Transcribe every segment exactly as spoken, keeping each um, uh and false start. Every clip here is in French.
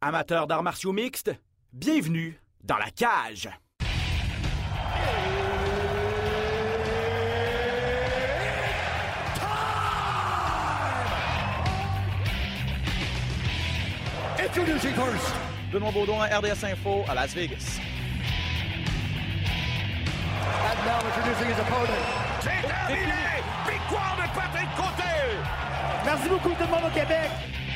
Amateurs d'arts martiaux mixtes, bienvenue dans la cage. Introducing first, Benoît Baudouin, R D S Info à Las Vegas. And now introducing his opponent. C'est terminé! Victoire de Patrick Côté! Merci beaucoup tout le monde au Québec.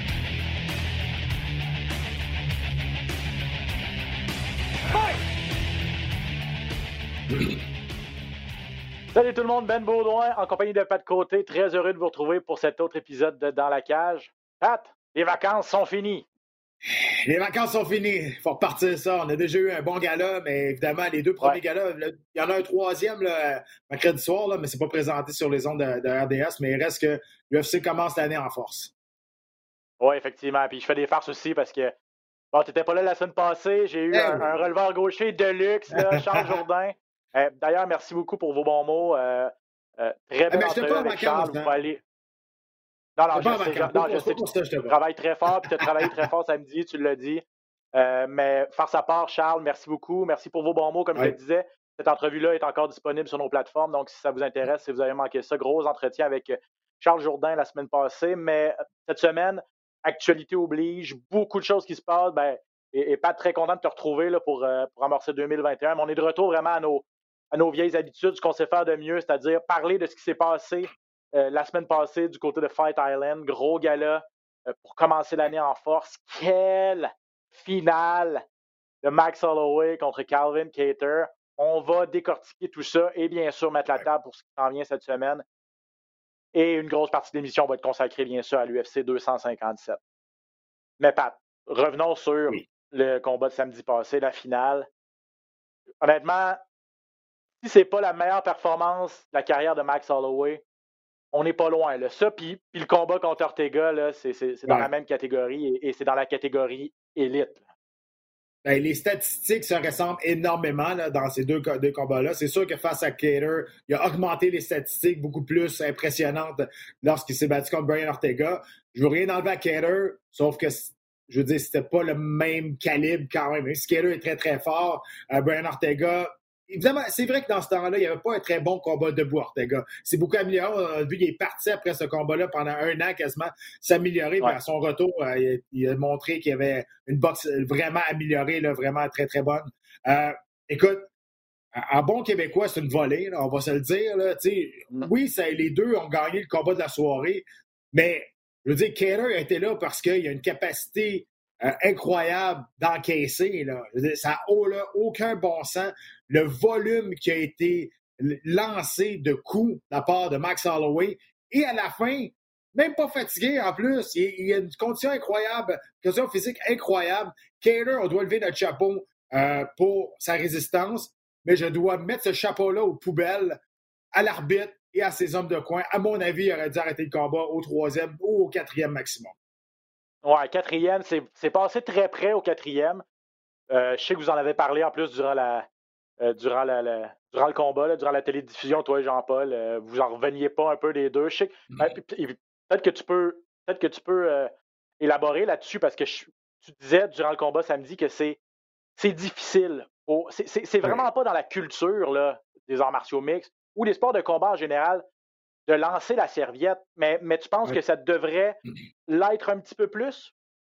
Salut tout le monde, Ben Baudouin en compagnie de Pat Côté. Très heureux de vous retrouver pour cet autre épisode de Dans la cage. Pat, les vacances sont finies. Les vacances sont finies. Il faut repartir ça. On a déjà eu un bon gala, mais évidemment, les deux premiers ouais. galas, là, il y en a un troisième là, mercredi soir, là, mais c'est pas présenté sur les ondes de, de R D S, mais il reste que l'U F C commence l'année en force. Oui, effectivement. Puis je fais des farces aussi parce que bon, tu n'étais pas là la semaine passée. J'ai eu hey, un, oui. un releveur gaucher de luxe, là, Charles Jourdain. Euh, d'ailleurs, merci beaucoup pour vos bons mots. Euh, euh, très bien entrevue avec Charles. Vous pouvez aller... Non, non, je sais, je, non, je sais que tu travailles très fort, puis tu as travaillé très fort samedi, tu l'as dit. Euh, mais farce à part, Charles, merci beaucoup. Merci pour vos bons mots, comme ouais. je le disais. Cette entrevue-là est encore disponible sur nos plateformes, donc si ça vous intéresse, si vous avez manqué ça, gros entretien avec Charles Jourdain la semaine passée. Mais cette semaine, actualité oblige, beaucoup de choses qui se passent. Ben, et, et Pat, très content de te retrouver là, pour, euh, pour amorcer deux mille vingt et un. Mais on est de retour vraiment à nos, à nos vieilles habitudes, ce qu'on sait faire de mieux, c'est-à-dire parler de ce qui s'est passé Euh, la semaine passée du côté de Fight Island. Gros gala euh, pour commencer l'année en force. Quelle finale de Max Holloway contre Calvin Kattar. On va décortiquer tout ça et bien sûr mettre la table pour ce qui s'en vient cette semaine. Et une grosse partie de l'émission va être consacrée bien sûr à l'U F C deux cent cinquante-sept. Mais Pat, revenons sur oui. le combat de samedi passé, la finale. Honnêtement, si c'est pas la meilleure performance de la carrière de Max Holloway, on n'est pas loin. Là. Ça, puis le combat contre Ortega, là, c'est, c'est, c'est dans ouais. la même catégorie et, et c'est dans la catégorie élite. Ben, les statistiques se ressemblent énormément là, dans ces deux, deux combats-là. C'est sûr que face à Kattar, il a augmenté les statistiques beaucoup plus impressionnantes lorsqu'il s'est battu contre Brian Ortega. Je veux rien enlever à Kattar, sauf que je veux dire, c'était pas le même calibre quand même. Si Kattar est très, très fort, euh, Brian Ortega... Évidemment, c'est vrai que dans ce temps-là, il n'y avait pas un très bon combat debout, Ortega. C'est beaucoup amélioré. On a vu qu'il est parti après ce combat-là pendant un an quasiment s'améliorer. Ouais. À son retour, euh, il, a, il a montré qu'il y avait une boxe vraiment améliorée, là, vraiment très, très bonne. Euh, écoute, en bon québécois, c'est une volée, là, on va se le dire. Là, mm. Oui, ça, les deux ont gagné le combat de la soirée, mais je veux dire, Kattar était là parce qu'il y a une capacité Euh, incroyable d'encaisser. Là. Ça n'a oh, aucun bon sens. Le volume qui a été lancé de coups de la part de Max Holloway. Et à la fin, même pas fatigué en plus. Il, il y a une condition incroyable, une condition physique incroyable. Kattar, on doit lever notre chapeau euh, pour sa résistance, mais je dois mettre ce chapeau-là aux poubelles, à l'arbitre et à ses hommes de coin. À mon avis, il aurait dû arrêter le combat au troisième ou au quatrième maximum. Ouais, quatrième, c'est, c'est passé très près au quatrième. Euh, je sais que vous en avez parlé en plus durant la euh, durant la, la durant le combat, là, durant la télédiffusion, toi et Jean-Paul. Euh, vous en reveniez pas un peu les deux. Je sais que, mm-hmm. euh, peut-être que tu peux peut-être que tu peux euh, élaborer là-dessus parce que je, tu disais durant le combat samedi que c'est c'est difficile. Oh, c'est, c'est, c'est vraiment ouais. pas dans la culture là, des arts martiaux mixtes ou des sports de combat en général de lancer la serviette, mais, mais tu penses ouais. que ça devrait l'être un petit peu plus?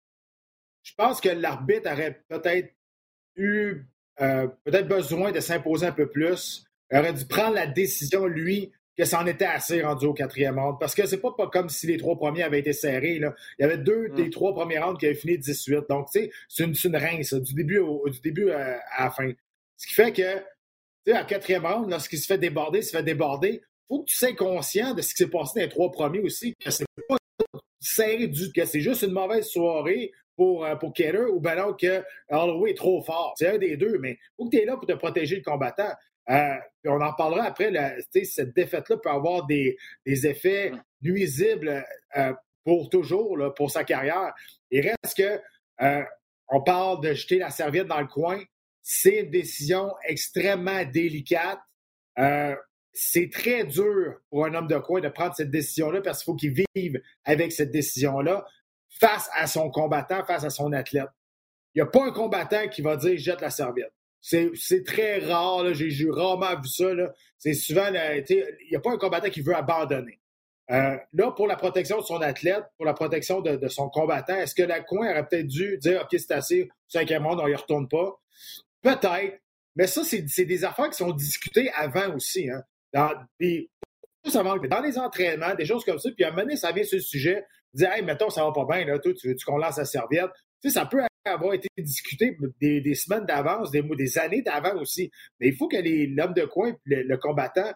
Je pense que l'arbitre aurait peut-être eu euh, peut-être besoin de s'imposer un peu plus. Il aurait dû prendre la décision, lui, que c'en était assez rendu au quatrième round. Parce que c'est pas, pas comme si les trois premiers avaient été serrés. Là. Il y avait deux mm. des trois premiers rounds qui avaient fini dix-huit. Donc, tu sais, c'est une, c'est une rince du début, au, du début à, à la fin. Ce qui fait que, tu sais, à quatrième round, lorsqu'il se fait déborder, il se fait déborder. Faut que tu sois conscient de ce qui s'est passé dans les trois premiers aussi, que c'est pas serré du que c'est juste une mauvaise soirée pour, pour Kattar ou ben non que Holloway est trop fort. C'est un des deux, mais faut que tu es là pour te protéger le combattant. Euh, puis on en parlera après, la, cette défaite-là peut avoir des, des effets nuisibles euh, pour toujours, là, pour sa carrière. Il reste que euh, on parle de jeter la serviette dans le coin. C'est une décision extrêmement délicate. Euh, C'est très dur pour un homme de coin de prendre cette décision-là parce qu'il faut qu'il vive avec cette décision-là face à son combattant, face à son athlète. il n'y a pas un combattant qui va dire « jette la serviette ». C'est, c'est très rare, là, j'ai, j'ai rarement vu ça. Là. C'est souvent, il n'y a pas un combattant qui veut abandonner. Euh, là, pour la protection de son athlète, pour la protection de, de son combattant, est-ce que la coin aurait peut-être dû dire « OK, c'est assez, cinquième round, on y retourne pas ». Peut-être, mais ça, c'est, c'est des affaires qui sont discutées avant aussi. Hein. Dans, puis, ça manque, dans les entraînements, des choses comme ça, puis à un moment donné, ça vient sur le sujet, dire « Hey, mettons, ça va pas bien, là, toi, tu veux-tu qu'on lance la serviette? » Tu sais, ça peut avoir été discuté des, des semaines d'avance, des, des années d'avant aussi. Mais il faut que les, l'homme de coin et le, le combattant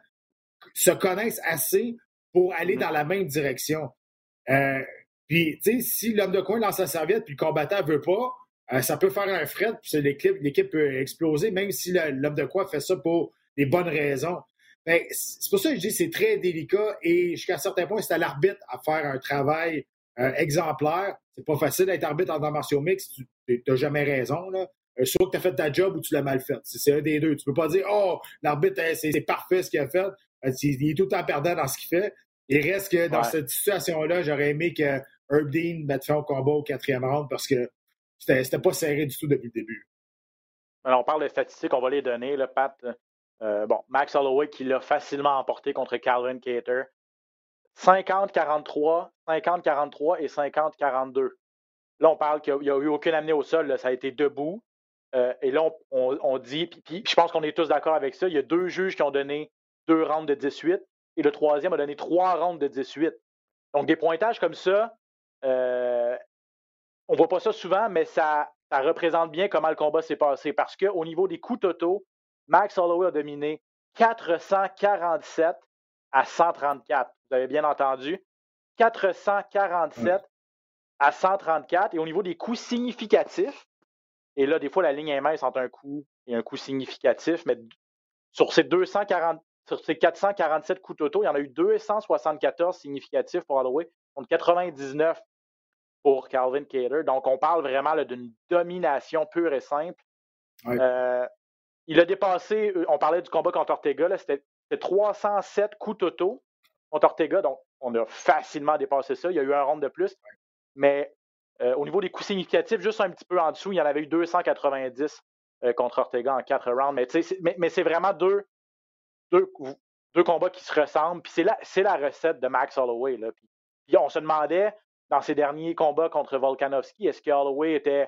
se connaissent assez pour aller dans la même direction. Euh, puis, tu sais, si l'homme de coin lance sa serviette puis le combattant veut pas, euh, ça peut faire un fret, puis l'équipe, l'équipe peut exploser, même si le, l'homme de coin fait ça pour des bonnes raisons. Ben, c'est pour ça que je dis que c'est très délicat et jusqu'à un certain point, c'est à l'arbitre à faire un travail euh, exemplaire. C'est pas facile d'être arbitre en arts martiaux mixtes, tu n'as jamais raison, là. Euh, soit que tu as fait ta job ou tu l'as mal fait. C'est, c'est un des deux. Tu peux pas dire « Oh, l'arbitre, c'est, c'est parfait ce qu'il a fait. » Il est tout le temps perdant dans ce qu'il fait. Il reste que dans ouais. cette situation-là, j'aurais aimé que Herb Dean mette fin au combat au quatrième round parce que c'était, c'était pas serré du tout depuis le début. Alors, on parle de statistiques, on va les donner, là, Pat. Euh, bon, Max Holloway qui l'a facilement emporté contre Calvin Kattar. cinquante quarante-trois, cinquante quarante-trois et cinquante quarante-deux. Là, on parle qu'il n'y a, a eu aucune amenée au sol, là, ça a été debout. Euh, et là, on, on, on dit, puis, puis je pense qu'on est tous d'accord avec ça, il y a deux juges qui ont donné deux rounds de dix-huit et le troisième a donné trois rounds de dix-huit. Donc, des pointages comme ça, euh, on ne voit pas ça souvent, mais ça, ça représente bien comment le combat s'est passé. Parce qu'au niveau des coups totaux, Max Holloway a dominé quatre cent quarante-sept à cent trente-quatre. Vous avez bien entendu. quatre cent quarante-sept à cent trente-quatre. Et au niveau des coups significatifs, et là, des fois, la ligne est mince entre un coup et un coup significatif, mais sur ces, deux cent quarante, sur ces quatre cent quarante-sept coups totaux, il y en a eu deux cent soixante-quatorze significatifs pour Holloway, contre quatre-vingt-dix-neuf pour Calvin Kattar. Donc, on parle vraiment là, d'une domination pure et simple. Oui. Euh, il a dépassé, on parlait du combat contre Ortega, là, c'était, c'était trois cent sept coups totaux contre Ortega, donc on a facilement dépassé ça. Il y a eu un round de plus, mais euh, au niveau des coups significatifs, juste un petit peu en dessous, il y en avait eu deux cent quatre-vingt-dix euh, contre Ortega en quatre rounds. Mais, c'est, mais, mais c'est vraiment deux, deux, deux combats qui se ressemblent. Puis c'est la, c'est la recette de Max Holloway. Là. Puis, puis on se demandait, dans ses derniers combats contre Volkanovski, est-ce que Holloway était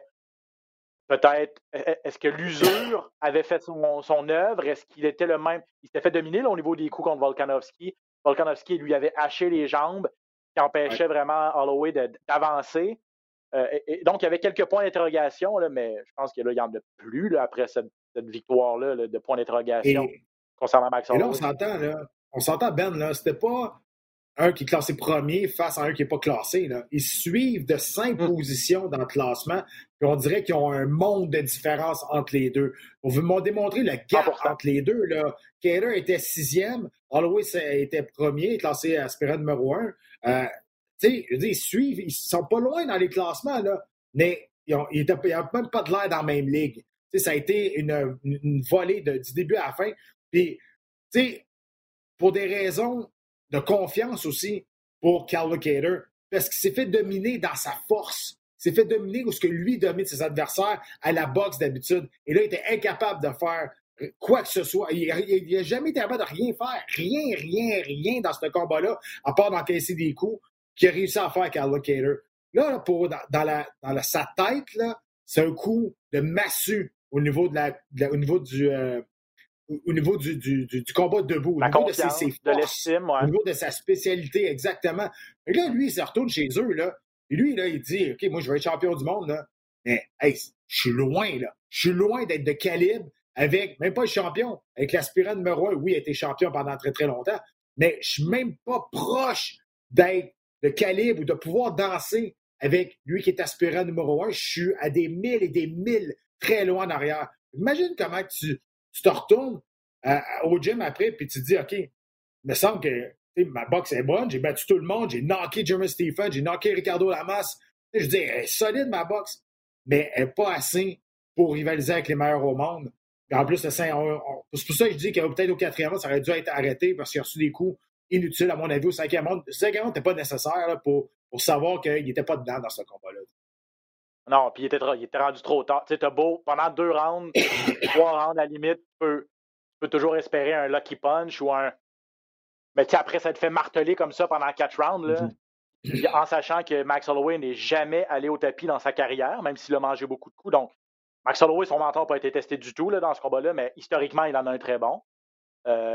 peut-être, est-ce que l'usure avait fait son, son œuvre? Est-ce qu'il était le même? Il s'était fait dominer là, au niveau des coups contre Volkanovski. Volkanovski lui avait haché les jambes, qui empêchait ouais. vraiment Holloway de, d'avancer. Euh, et, et donc, il y avait quelques points d'interrogation, là, mais je pense qu'il n'y en a plus là, après cette, cette victoire-là là, de points d'interrogation et, concernant Max Holloway. Et là, on s'entend, là, on s'entend, Ben, là, c'était pas un qui est classé premier face à un qui n'est pas classé. Là. Ils suivent de cinq mmh. positions dans le classement, puis on dirait qu'ils ont un monde de différence entre les deux. On veut me démontrer le gap entre les deux. Là. Kattar était sixième, Holloway était premier, classé aspirant numéro un. Euh, tu sais, je veux dire, ils suivent, ils sont pas loin dans les classements, là, mais ils n'ont même pas de l'air dans la même ligue. Tu sais, ça a été une, une, une volée de, du début à la fin. Puis, tu sais, pour des raisons de confiance aussi pour Calvin Kattar, parce qu'il s'est fait dominer dans sa force. Il s'est fait dominer où ce que lui domine ses adversaires à la boxe d'habitude. Et là, il était incapable de faire quoi que ce soit. Il n'a jamais été capable de rien faire. Rien, rien, rien dans ce combat-là, à part d'encaisser des coups qu'il a réussi à faire Calvin Kattar. Là, là pour, dans, dans, la, dans la, sa tête, là, c'est un coup de massue au niveau, de la, de la, au niveau du... Euh, au niveau du, du, du, du combat debout, la au niveau de ses, ses forces, de l'estime, ouais. Au niveau de sa spécialité, exactement. Et là, lui, il se retourne chez eux, là. Et lui, là, il dit, OK, moi, je vais être champion du monde, là. Mais, hey, je suis loin, là. Je suis loin d'être de calibre avec, même pas le champion, avec l'aspirant numéro un. Oui, il a été champion pendant très, très longtemps. Mais je suis même pas proche d'être de calibre ou de pouvoir danser avec lui qui est aspirant numéro un. Je suis à des milles et des milles très loin en arrière. Imagine comment tu... Tu te retournes à, à, au gym après, puis tu te dis, OK, il me semble que ma boxe est bonne, j'ai battu tout le monde, j'ai knocké Jeremy Stephens, j'ai knocké Ricardo Lamas. Je dis, elle est solide, ma boxe, mais elle n'est pas assez pour rivaliser avec les meilleurs au monde. Puis en plus, c'est, on, on, c'est pour ça que je dis que peut-être au quatrième round, ça aurait dû être arrêté parce qu'il a reçu des coups inutiles, à mon avis, au cinquième round. Le cinquième round n'était pas nécessaire là, pour, pour savoir qu'il n'était pas dedans dans ce combat-là. Non, puis il était, il était rendu trop tard. Tu sais, t'as beau, pendant deux rounds, trois rounds à la limite, tu peux, tu peux toujours espérer un lucky punch ou un. Mais tu sais, après, ça te fait marteler comme ça pendant quatre rounds, là. Mm-hmm. En sachant que Max Holloway n'est jamais allé au tapis dans sa carrière, même s'il a mangé beaucoup de coups. Donc, Max Holloway, son mentor n'a pas été testé du tout là, dans ce combat-là, mais historiquement, il en a un très bon. Euh,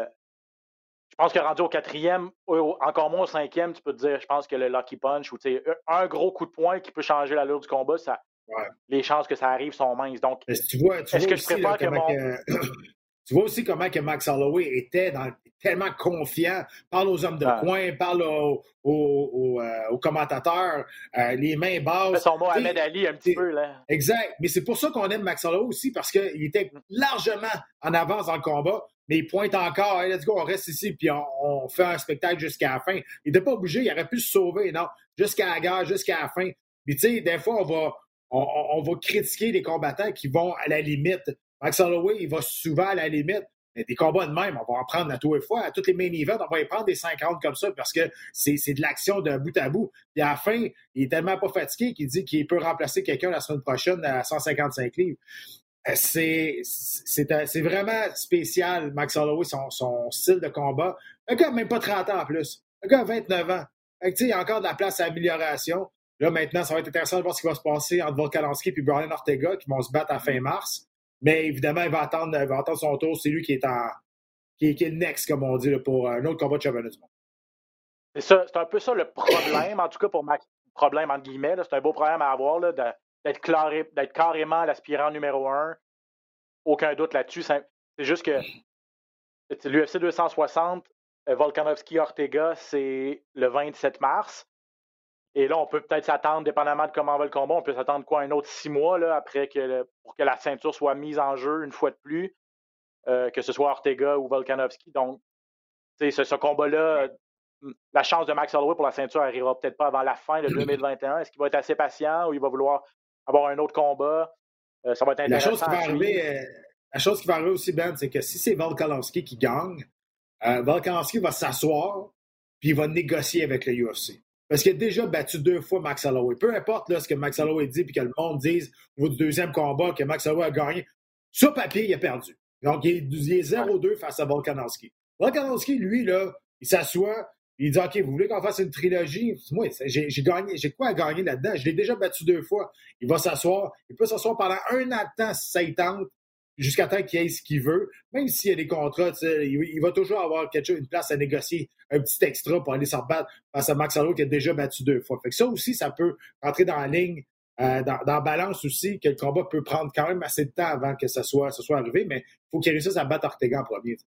je pense que rendu au quatrième, encore moins au cinquième, tu peux te dire, je pense que le lucky punch ou un gros coup de poing qui peut changer l'allure du combat, ça, ouais. Les chances que ça arrive sont minces. Donc, tu vois, tu est-ce vois que aussi, je préfère là, que mon... que... Tu vois aussi comment que Max Holloway était dans, tellement confiant, parle aux hommes de ouais. coin, parle aux, aux, aux, euh, aux commentateurs, euh, les mains basses. Son mot Ahmed Ali un petit peu, là. Exact. Mais c'est pour ça qu'on aime Max Holloway aussi, parce qu'il était largement en avance dans le combat, mais il pointe encore, hey, let's go, on reste ici, puis on, on fait un spectacle jusqu'à la fin. Il n'était pas obligé, il aurait pu se sauver, non, jusqu'à la gare, jusqu'à la fin. Puis tu sais, des fois, on va, on, on va critiquer les combattants qui vont à la limite. Max Holloway, il va souvent à la limite. Mais des combats de même, on va en prendre à tous les fois. À toutes les main events, on va y prendre des cinquante comme ça parce que c'est, c'est de l'action de bout à bout. Puis à la fin, il est tellement pas fatigué qu'il dit qu'il peut remplacer quelqu'un la semaine prochaine à cent cinquante-cinq livres. C'est, c'est, c'est vraiment spécial, Max Holloway, son, son style de combat. Le gars n'a même pas trente ans en plus. Le gars a vingt-neuf ans. Fait que, il y a encore de la place à amélioration. Là, maintenant, ça va être intéressant de voir ce qui va se passer entre Volkanovski et Brian Ortega qui vont se battre à fin mars. Mais évidemment, il va attendre, il va attendre son tour. C'est lui qui est en qui est, qui est le next, comme on dit, là, pour un autre combat de championnat du monde. C'est ça, c'est un peu ça le problème, en tout cas pour Max. Problème, entre guillemets. Là, c'est un beau problème à avoir, là, de, d'être, claré, d'être carrément l'aspirant numéro un. Aucun doute là-dessus. C'est, c'est juste que c'est l'U F C deux cent soixante, Volkanovski-Ortega, c'est le vingt-sept mars. Et là, on peut peut-être s'attendre, dépendamment de comment va le combat, on peut s'attendre quoi, un autre six mois là, après que le, pour que la ceinture soit mise en jeu une fois de plus, euh, que ce soit Ortega ou Volkanovski. Donc, ce, ce combat-là, la chance de Max Holloway pour la ceinture n'arrivera peut-être pas avant la fin de deux mille vingt et un. Est-ce qu'il va être assez patient ou il va vouloir avoir un autre combat? Euh, ça va être intéressant. La chose qui va arriver, euh, la chose qui va arriver aussi, Ben, c'est que si c'est Volkanovski qui gagne, euh, Volkanovski va s'asseoir puis il va négocier avec le U F C. Parce qu'il a déjà battu deux fois Max Holloway. Peu importe là, ce que Max Holloway dit et que le monde dise au niveau du deuxième combat que Max Holloway a gagné, sur papier, il a perdu. Donc, il est, il est zéro deux face à Volkanovski. Volkanovski, lui, là, il s'assoit, il dit « OK, vous voulez qu'on fasse une trilogie? » Moi, j'ai, j'ai gagné, j'ai quoi à gagner là-dedans? Je l'ai déjà battu deux fois. Il va s'asseoir. Il peut s'asseoir pendant un an de temps si ça y tente, jusqu'à temps qu'il ait ce qu'il veut. Même s'il y a des contrats, il, il va toujours avoir quelque chose, une place à négocier, un petit extra pour aller s'en battre face à Max Holloway qui a déjà battu deux fois. Fait que ça aussi, ça peut rentrer dans la ligne, euh, dans, dans la balance aussi, que le combat peut prendre quand même assez de temps avant que ça soit, ça soit arrivé, mais il faut qu'il réussisse à battre Ortega en premier.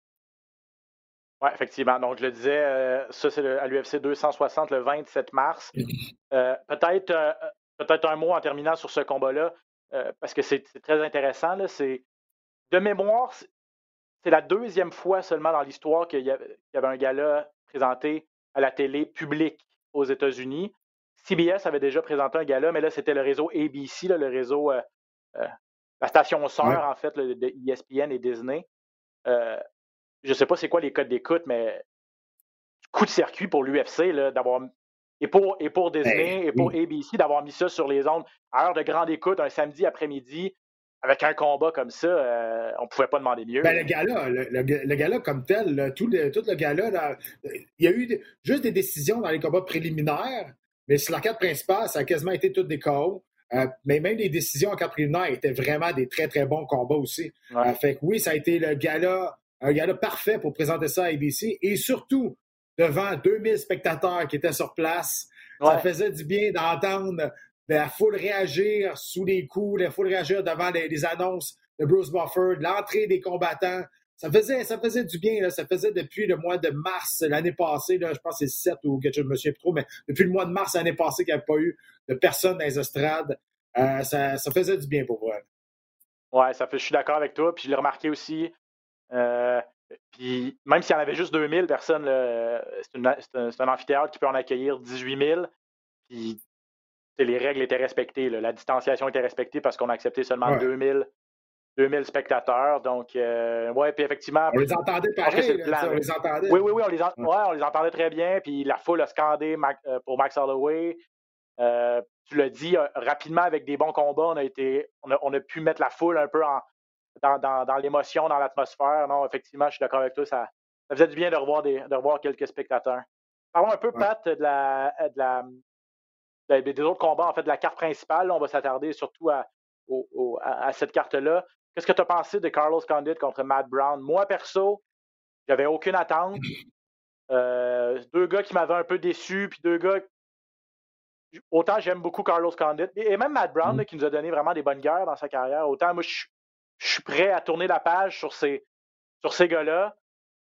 Oui, effectivement. Donc, je le disais, euh, ça, c'est le, à l'U F C deux cent soixante, le vingt-sept mars. Euh, peut-être, euh, peut-être un mot en terminant sur ce combat-là, euh, parce que c'est, c'est très intéressant. Là, c'est, de mémoire, c'est, c'est la deuxième fois seulement dans l'histoire qu'il y avait, qu'il y avait un gala présenté à la télé publique aux États-Unis. C B S avait déjà présenté un gala, mais là, c'était le réseau A B C, là, le réseau, euh, euh, la station sœur, ouais. en fait, là, de E S P N et Disney. Euh, je ne sais pas c'est quoi les codes d'écoute, mais coup de circuit pour l'U F C, là, d'avoir, et pour, et pour Disney, hey, et pour oui. A B C, d'avoir mis ça sur les ondes à heure de grande écoute, un samedi après-midi, avec un combat comme ça, euh, on ne pouvait pas demander mieux. Ben, le gala, le, le, le gala comme tel, là, tout, le, tout le gala, là, il y a eu de, juste des décisions dans les combats préliminaires, mais sur la carte principale, ça a quasiment été toutes des K O. Euh, mais même les décisions en carte préliminaire étaient vraiment des très, très bons combats aussi. Ouais. Euh, fait que oui, ça a été le gala, un gala parfait pour présenter ça à A B C, et surtout devant deux mille spectateurs qui étaient sur place. Ouais. Ça faisait du bien d'entendre la foule réagir sous les coups, la foule réagir devant les, les annonces de Bruce Buffer, l'entrée des combattants. Ça faisait, ça faisait du bien, là. Ça faisait depuis le mois de mars l'année passée, là, je pense que c'est sept ou quelque chose, je me souviens plus trop, mais depuis le mois de mars l'année passée qu'il n'y avait pas eu de personne dans les estrades. Euh, ça, ça faisait du bien pour moi. Ouais, ça fait, je suis d'accord avec toi, puis je l'ai remarqué aussi. Euh, puis même s'il y en avait juste deux mille personnes, là, c'est, une, c'est, un, c'est un amphithéâtre qui peut en accueillir dix-huit mille. Puis les règles étaient respectées, là. La distanciation était respectée parce qu'on a accepté seulement ouais. deux mille spectateurs. Donc, euh, ouais, puis effectivement. On les entendait pareil, là, plan, on les entendait. Oui, oui, oui, on les, en... ouais, on les entendait très bien. Puis la foule a scandé Mac... pour Max Holloway. Euh, tu l'as dit, euh, rapidement, avec des bons combats, on a, été, on a, on a pu mettre la foule un peu en, dans, dans, dans l'émotion, dans l'atmosphère. Non, effectivement, je suis d'accord avec toi, ça, ça faisait du bien de revoir, des, de revoir quelques spectateurs. Parlons un peu, ouais. Pat, de la, de la, de, des autres combats, en fait, de la carte principale. Là, on va s'attarder surtout à, au, au, à, à cette carte-là. Qu'est-ce que tu as pensé de Carlos Condit contre Matt Brown? Moi, perso, j'avais aucune attente. Euh, deux gars qui m'avaient un peu déçu, puis deux gars... Autant j'aime beaucoup Carlos Condit, et même Matt Brown, mm. là, qui nous a donné vraiment des bonnes guerres dans sa carrière, autant moi, je, je suis prêt à tourner la page sur ces, sur ces gars-là.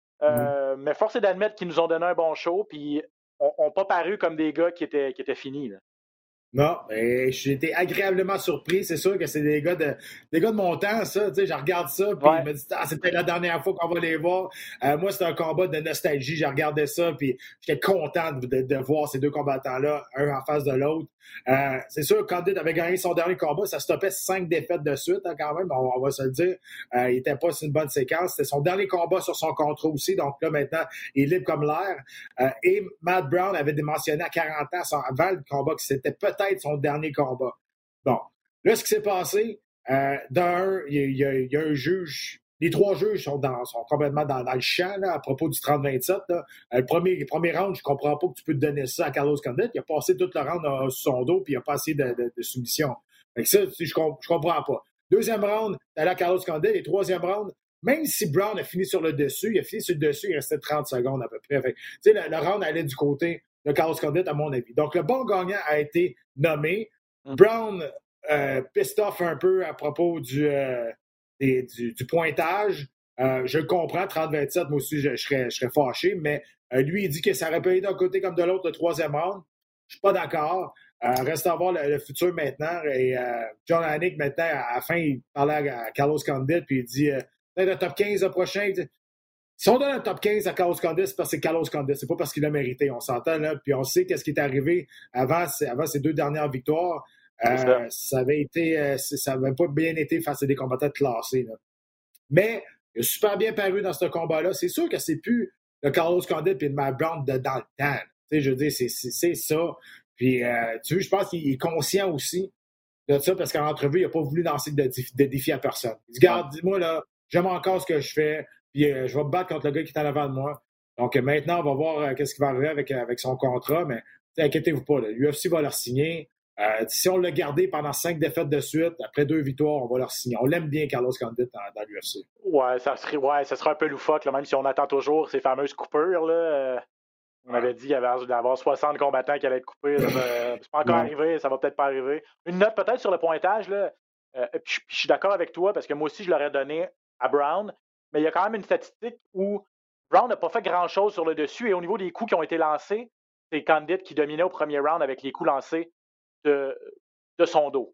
Euh, mm. Mais force est d'admettre qu'ils nous ont donné un bon show, puis n'ont pas paru comme des gars qui étaient, qui étaient finis, là. Non, mais j'ai été agréablement surpris. C'est sûr que c'est des gars de des gars de mon temps, ça. Tu sais, je regarde ça, puis ouais. je me dis, ah, c'est peut-être la dernière fois qu'on va les voir. Euh, moi, c'est un combat de nostalgie. J'ai regardé ça, puis j'étais content de, de, de voir ces deux combattants-là, un en face de l'autre. Euh, c'est sûr, Condit avait gagné son dernier combat. Ça stoppait cinq défaites de suite, hein, quand même, on, on va se le dire. Euh, il n'était pas sur une bonne séquence. C'était son dernier combat sur son contrat aussi. Donc là, maintenant, il est libre comme l'air. Euh, et Matt Brown avait mentionné à quarante ans, avant le combat, que c'était peut-être son dernier combat. Bon. Là, ce qui s'est passé, euh, d'un, il y, y, y a un juge. Les trois juges sont, dans, sont complètement dans, dans le champ là, à propos du trente vingt-sept. Là. Euh, le premier, le premier round, je comprends pas que tu peux te donner ça à Carlos Condit. Il a passé tout le round euh, sur son dos puis il a pas essayé de, de, de soumission. Fait que ça, je, je comprends pas. Deuxième round, t'as là Carlos Condit. Et troisième round, même si Brown a fini sur le dessus, il a fini sur le dessus, il restait trente secondes à peu près. Fait que, le, le round allait du côté de Carlos Condit, à mon avis. Donc, le bon gagnant a été nommé. Mm. Brown euh, pissed off un peu à propos du... Euh, Des, du, du pointage. Euh, je le comprends, trente vingt-sept, moi aussi, je, je, serais, je serais fâché, mais euh, lui, il dit que ça aurait pu être d'un côté comme de l'autre le troisième round. Je suis pas d'accord. Euh, reste à voir le, le futur maintenant. Et euh, John Anik, maintenant, à la fin, il parlait à, à Carlos Condit, puis il dit euh, peut-être le top quinze le prochain. Si on donne un top quinze à Carlos Condit, c'est parce que c'est Carlos Condit. C'est pas parce qu'il l'a mérité. On s'entend, là. Puis on sait qu'est-ce qui est arrivé avant, avant ces deux dernières victoires. Euh, ça avait été, euh, ça avait pas bien été face à des combattants classés, là. Mais il a super bien paru dans ce combat-là. C'est sûr que c'est plus le Carlos Condit et le Matt Brown de dans le temps. Tu sais, je veux dire, c'est, c'est, c'est ça. Puis, euh, tu vois, je pense qu'il est conscient aussi de ça parce qu'en entrevue, il n'a pas voulu lancer de, de défi à personne. Il dit, garde, dis-moi là, j'aime encore ce que je fais, puis euh, je vais me battre contre le gars qui est en avant de moi. Donc euh, maintenant, on va voir euh, qu'est-ce qui va arriver avec, avec son contrat, mais inquiétez-vous pas, l'U F C va leur signer. Euh, si on l'a gardé pendant cinq défaites de suite, après deux victoires, on va leur signer. On l'aime bien, Carlos Condit, dans, dans l'U F C. Ouais, ça serait, ouais, ça serait un peu loufoque, là, même si on attend toujours ces fameuses coupures. Là, euh, on ouais. avait dit qu'il y avait avoir soixante combattants qui allaient être coupés. Là, ben, c'est pas encore ouais. arrivé, ça va peut-être pas arriver. Une note peut-être sur le pointage. Là, euh, puis, je suis d'accord avec toi, parce que moi aussi, je l'aurais donné à Brown, mais il y a quand même une statistique où Brown n'a pas fait grand-chose sur le dessus, et au niveau des coups qui ont été lancés, c'est Condit qui dominait au premier round avec les coups lancés De, de son dos.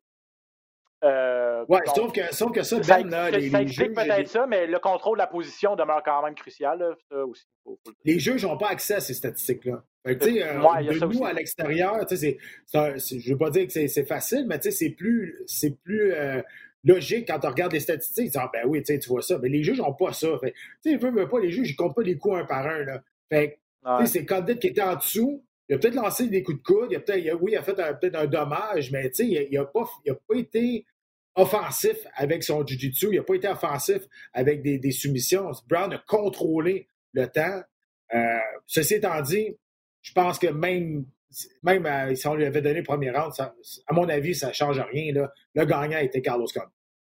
Euh, ouais, donc, sauf, que, sauf que ça, ça, Ben, là, ça, les, ça les explique juges, peut-être les... ça, mais le contrôle de la position demeure quand même crucial. Là, ça aussi, faut, faut... Les juges n'ont pas accès à ces statistiques-là. Fait que, euh, ouais, de nous, aussi. À l'extérieur, c'est, c'est un, c'est, je ne veux pas dire que c'est, c'est facile, mais c'est plus, c'est plus euh, logique quand on regarde les statistiques. Ah, ben oui, tu vois ça. Mais les juges n'ont pas ça. Fait, ils ne veulent pas, les juges, ils ne comptent pas les coups un par un. Là. Fait, ouais. C'est Condit qui était en dessous. Il a peut-être lancé des coups de coude, il a peut-être, il a, oui, il a fait un, peut-être un dommage, mais il n'a pas, il a pas été offensif avec son jiu-jitsu, il n'a pas été offensif avec des, des soumissions. Brown a contrôlé le temps. Euh, ceci étant dit, je pense que même, même euh, si on lui avait donné le premier round, ça, à mon avis, ça ne change rien. Là. Le gagnant était Carlos Condit.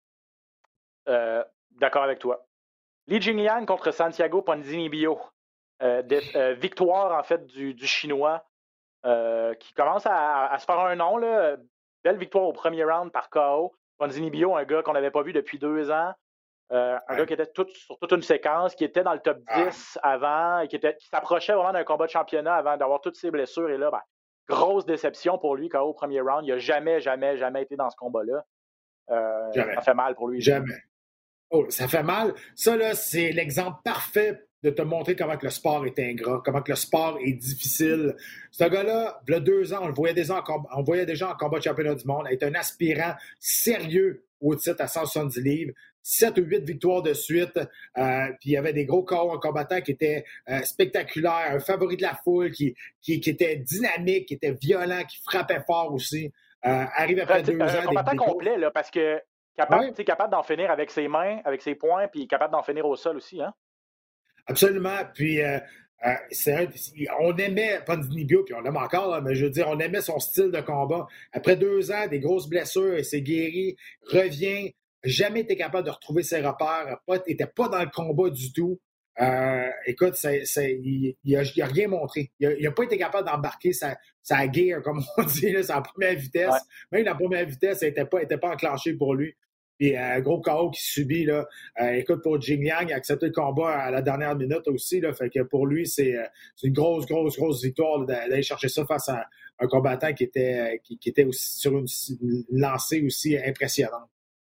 Euh, d'accord avec toi. Li Jingliang contre Santiago Ponzinibbio. Euh, de, euh, victoire, en fait, du, du Chinois euh, qui commence à, à se faire un nom. Là. Belle victoire au premier round par K O. Ponzinibbio, un gars qu'on n'avait pas vu depuis deux ans. Euh, un ouais. gars qui était tout, sur toute une séquence, qui était dans le top dix ah. avant, et qui, était, qui s'approchait vraiment d'un combat de championnat avant d'avoir toutes ses blessures. Et là, ben, grosse déception pour lui, K O au premier round. Il n'a jamais, jamais, jamais été dans ce combat-là. Euh, ça fait mal pour lui. Jamais. Oh, ça fait mal. Ça, là, c'est l'exemple parfait de te montrer comment que le sport est ingrat, comment que le sport est difficile. Ce gars-là, il y a deux ans, on le voyait déjà en combat, on le voyait déjà en combat de championnat du monde, être un aspirant sérieux au titre à cent soixante-dix livres, sept ou huit victoires de suite, euh, puis il y avait des gros corps en combattant qui étaient euh, spectaculaires, un favori de la foule, qui, qui, qui était dynamique, qui était violent, qui frappait fort aussi. euh, arrive après Enfin, deux ans. Un combattant des, des complet, là, parce que capable, ouais. capable d'en finir avec ses mains, avec ses poings, puis capable d'en finir au sol aussi, hein? Absolument. Puis, euh, euh, c'est un, on aimait Ponzinibbio, puis on l'aime encore, là, mais je veux dire, on aimait son style de combat. Après deux ans, des grosses blessures, il s'est guéri, revient, jamais été capable de retrouver ses repères, n'était pas, pas dans le combat du tout. Euh, écoute, c'est, c'est, il n'a rien montré. Il n'a pas été capable d'embarquer sa, sa gear, comme on dit, là, sa première vitesse. Ouais. Même la première vitesse, elle n'était pas, était pas enclenchée pour lui. Puis un euh, gros K O qui subit, là. Euh, écoute, pour Jing Yang, il a accepté le combat à la dernière minute aussi, là. Fait que pour lui, c'est, euh, c'est une grosse, grosse, grosse victoire là, d'aller chercher ça face à un combattant qui était, qui, qui était aussi sur une, une lancée aussi impressionnante.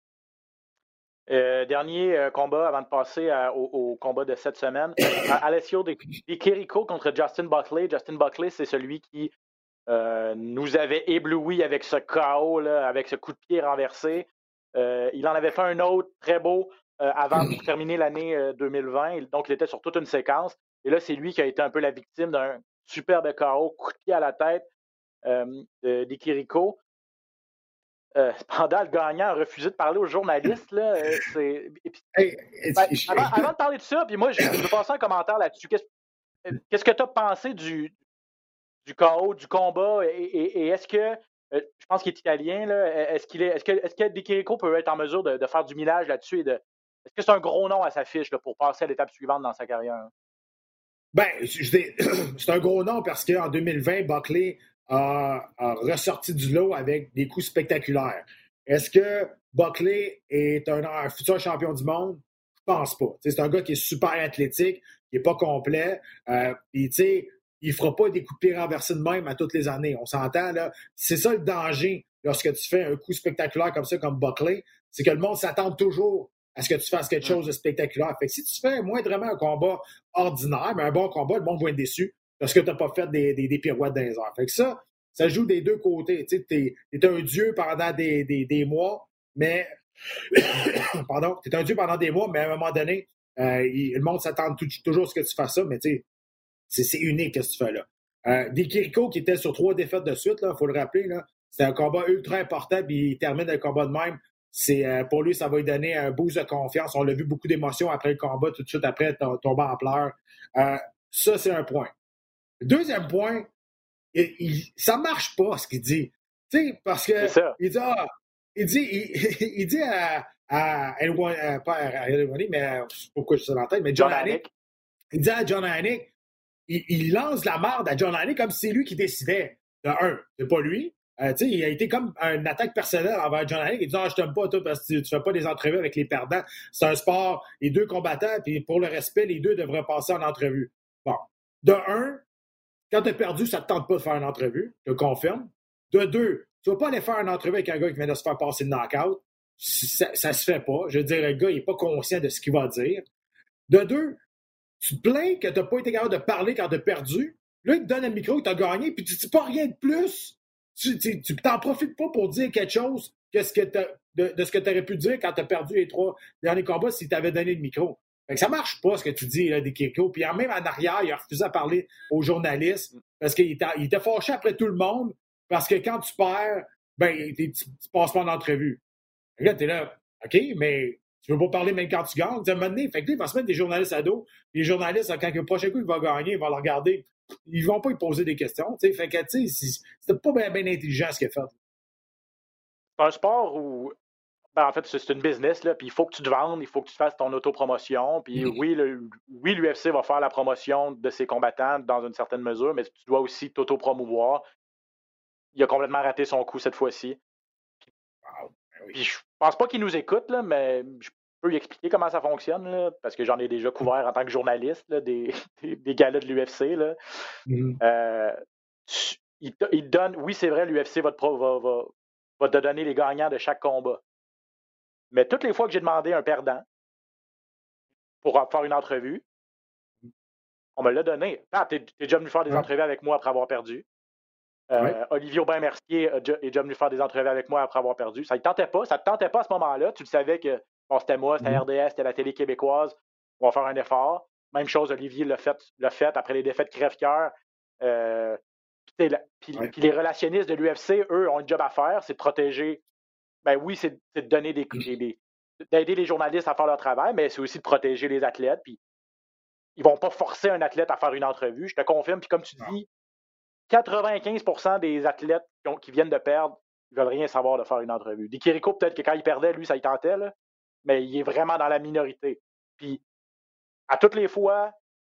Euh, dernier euh, combat avant de passer à, au, au combat de cette semaine. Alessio Di Chirico contre Justin Buckley. Justin Buckley, c'est celui qui euh, nous avait ébloui avec ce K O, là, avec ce coup de pied renversé. Euh, il en avait fait un autre très beau euh, avant de terminer l'année euh, deux mille vingt. Donc, il était sur toute une séquence. Et là, c'est lui qui a été un peu la victime d'un superbe K O, coup de pied à la tête euh, de Di Chirico. Euh, cependant, le gagnant a refusé de parler aux journalistes. Là, euh, c'est... Puis, hey, ben, avant, avant de parler de ça, puis moi, je, je veux passer un commentaire là-dessus. Qu'est-ce, qu'est-ce que tu as pensé du, du K O, du combat? Et, et, et est-ce que, euh, je pense qu'il est italien, là, est-ce, qu'il est, est-ce que, est-ce que Di Chirico peut être en mesure de, de faire du millage là-dessus? Et de, est-ce que c'est un gros nom à sa fiche là, pour passer à l'étape suivante dans sa carrière? Ben, c'est un gros nom parce qu'en deux mille vingt, Buckley a, a ressorti du lot avec des coups spectaculaires. Est-ce que Buckley est un, un futur champion du monde? Je pense pas. T'sais, c'est un gars qui est super athlétique, qui n'est pas complet. Euh, puis, tu sais, il ne fera pas des coups de pied renversés de même à toutes les années. On s'entend, là. C'est ça le danger lorsque tu fais un coup spectaculaire comme ça, comme Buckley, c'est que le monde s'attend toujours à ce que tu fasses quelque chose de spectaculaire. Fait que si tu fais moindrement un combat ordinaire, mais un bon combat, le monde va être déçu parce que tu n'as pas fait des, des, des pirouettes dans les airs. Fait que ça, ça joue des deux côtés. Tu sais, t'es, t'es un dieu pendant des, des, des mois, mais pardon, t'es un dieu pendant des mois, mais à un moment donné, euh, il, le monde s'attend tout, toujours à ce que tu fasses ça, mais tu sais, c'est, c'est unique ce que tu fais là. Euh, Di Chirico qui était sur trois défaites de suite, il faut le rappeler, là, c'était un combat ultra important, puis il termine le combat de même. C'est, euh, pour lui, ça va lui donner un boost de confiance. On l'a vu beaucoup d'émotions après le combat, tout de suite après, tomber en pleurs. Euh, ça, c'est un point. Le deuxième point, il, il, ça marche pas, ce qu'il dit. Tu sais, parce que il dit, ah, il dit, il, il dit à, à, à, à pas à Elwani, mais à, pourquoi je suis dans la tête, mais John, John Anik. Il dit à John Anik, il, il lance la marde à John Anik comme si c'est lui qui décidait. De un, c'est pas lui. Euh, il a été comme une attaque personnelle envers John Anik. Il dit ah, je t'aime pas toi parce que tu, tu fais pas des entrevues avec les perdants. C'est un sport, les deux combattants, puis pour le respect, les deux devraient passer en entrevue. Bon. De un, quand tu as perdu, ça ne te tente pas de faire une entrevue, je te confirme. De deux, tu ne vas pas aller faire une entrevue avec un gars qui vient de se faire passer le knockout. Ça, ça se fait pas. Je veux dire, le gars, il n'est pas conscient de ce qu'il va dire. De deux, tu te plains que tu n'as pas été capable de parler quand tu as perdu. Là, il te donne le micro, tu as gagné, puis tu ne dis pas rien de plus. Tu, tu, tu t'en profites pas pour dire quelque chose que ce que de, de ce que tu aurais pu dire quand tu as perdu les trois derniers combats si tu avais donné le micro. Fait que ça marche pas ce que tu dis, là, Di Chirico. Puis même en arrière, il a refusé à parler aux journalistes parce qu'il était, il était fâché après tout le monde parce que quand tu perds, ben, tu, tu passes pas en entrevue. Là, t'es là, OK, mais tu veux pas parler même quand tu gagnes. Tu vas fait que là, il va se mettre des journalistes à dos. Les journalistes, quand le prochain coup, il va gagner, ils vont le regarder. Ils vont pas lui poser des questions. T'sais. Fait que, tu sais, c'était pas bien, bien intelligent ce qu'il a fait. C'est un sport où, ben, en fait, c'est une business, là, puis il faut que tu te vendes, il faut que tu fasses ton autopromotion. Puis mm-hmm. oui, le, oui, l'U F C va faire la promotion de ses combattants dans une certaine mesure, mais tu dois aussi t'autopromouvoir. Il a complètement raté son coup cette fois-ci. Puis, wow. Ben oui. Puis je pense pas qu'il nous écoute, là, mais je peux lui expliquer comment ça fonctionne, là, parce que j'en ai déjà couvert en tant que journaliste là, des, des, des galas de l'U F C. Là. Mm-hmm. Euh, il, te, il donne, oui, c'est vrai, l'U F C va te, va, va, va te donner les gagnants de chaque combat. Mais toutes les fois que j'ai demandé un perdant pour faire une entrevue, on me l'a donné. Ah, t'es, t'es déjà venu faire des ouais. entrevues avec moi après avoir perdu. Euh, ouais. Olivier Aubin-Mercier est déjà venu faire des entrevues avec moi après avoir perdu. Ça ne tentait pas. Ça ne te tentait pas à ce moment-là. Tu le savais que bon, c'était moi, c'était mmh. R D S, c'était la télé québécoise. On va faire un effort. Même chose, Olivier l'a fait, l'a fait après les défaites crève-cœur. Euh, Puis Ouais. les relationnistes de l'U F C, eux, ont un job à faire, c'est de protéger. Ben oui, c'est de donner des, des, des d'aider les journalistes à faire leur travail, mais c'est aussi de protéger les athlètes. Puis ils vont pas forcer un athlète à faire une entrevue, je te confirme. Puis comme tu dis, quatre-vingt-quinze pour cent des athlètes qui, ont, qui viennent de perdre, ils veulent rien savoir de faire une entrevue. Di Chirico, peut-être que quand il perdait, lui, ça y tentait, là, mais il est vraiment dans la minorité. Puis à toutes les fois,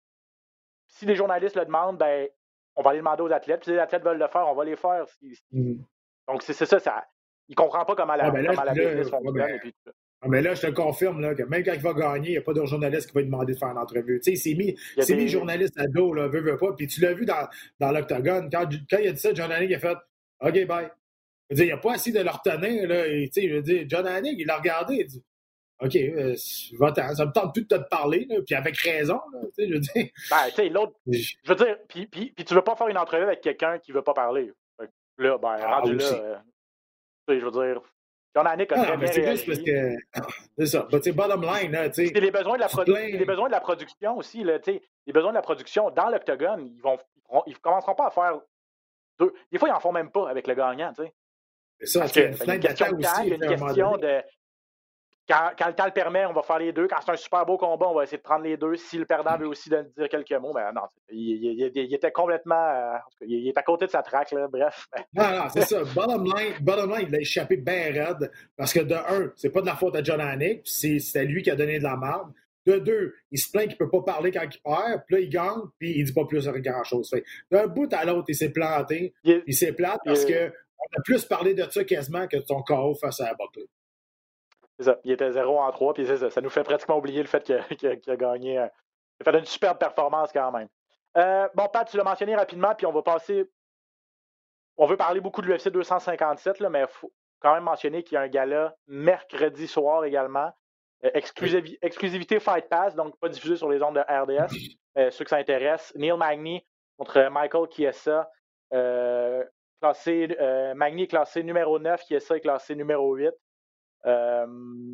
si les journalistes le demandent, ben on va aller demander aux athlètes. Puis si les athlètes veulent le faire, on va les faire. Mm. Donc c'est, c'est ça, ça. Il comprend pas comment la, ah, ben là, comment la là, business fonctionne. ben, et puis, ah, mais là, je te confirme là, que même quand il va gagner, il n'y a pas de journaliste qui va lui demander de faire une entrevue. Tu sais, il s'est mis, il s'est des... mis journaliste à dos, là, veut, veut pas. Puis tu l'as vu dans, dans l'octogone. Quand, quand il a dit ça, John Anik a fait OK, bye. Je veux dire, il n'a pas essayé de le retenir. Là, et, tu sais, je veux dire, John Anik, il l'a regardé. Il dit OK, euh, va-t'en, ça me tente plus de te parler. Là, puis avec raison. Là, tu sais, je veux dire. Ben, tu sais, l'autre. Je veux dire, puis, puis, puis tu veux pas faire une entrevue avec quelqu'un qui veut pas parler. Là, ben, ah, rendu aussi. là. Euh, tu sais, je veux dire. John Anik a ah, très mais bien c'est réagi. juste parce que. C'est ça. Mais c'est bottom line. Là, c'est les besoins de la produ- les besoins de la production aussi. Là, les besoins de la production dans l'octogone, ils vont ils commenceront pas à faire deux. Des fois, ils en font même pas avec le gagnant. T'sais. C'est ça. Parce c'est que, une, ben, une question de temps, il y a une question de. Quand, quand le temps le permet, on va faire les deux. Quand c'est un super beau combat, on va essayer de prendre les deux. Si le perdant veut aussi dire quelques mots, ben non, il, il, il, il était complètement. Euh, il, il est à côté de sa traque, là, bref. Non, non, c'est ça. Bottom line, bottom line, il a échappé bien raide. Parce que de un, c'est pas de la faute à John Anik, c'est, c'est lui qui a donné de la merde. De deux, il se plaint qu'il peut pas parler quand il perd, puis là, il gagne, puis il dit pas plus grand-chose. Fait, d'un bout à l'autre, il s'est planté. Il, il s'est plate parce il, que on a plus parlé de ça quasiment que de son K O face à Buckley. C'est ça. Il était zéro en trois, puis c'est ça. Ça nous fait pratiquement oublier le fait qu'il a, qu'il a, qu'il a gagné. Euh, il a fait une superbe performance quand même. Euh, bon, Pat, tu l'as mentionné rapidement, puis on va passer. On veut parler beaucoup de l'U F C deux cent cinquante-sept, là, mais il faut quand même mentionner qu'il y a un gala mercredi soir également. Euh, exclusiv- exclusivité Fight Pass, donc pas diffusé sur les ondes de R D S. Euh, ceux que ça intéresse. Neil Magny contre Michael Chiesa. Euh, classé, euh, Magny est classé numéro neuf, Chiesa est classé numéro huit. Euh,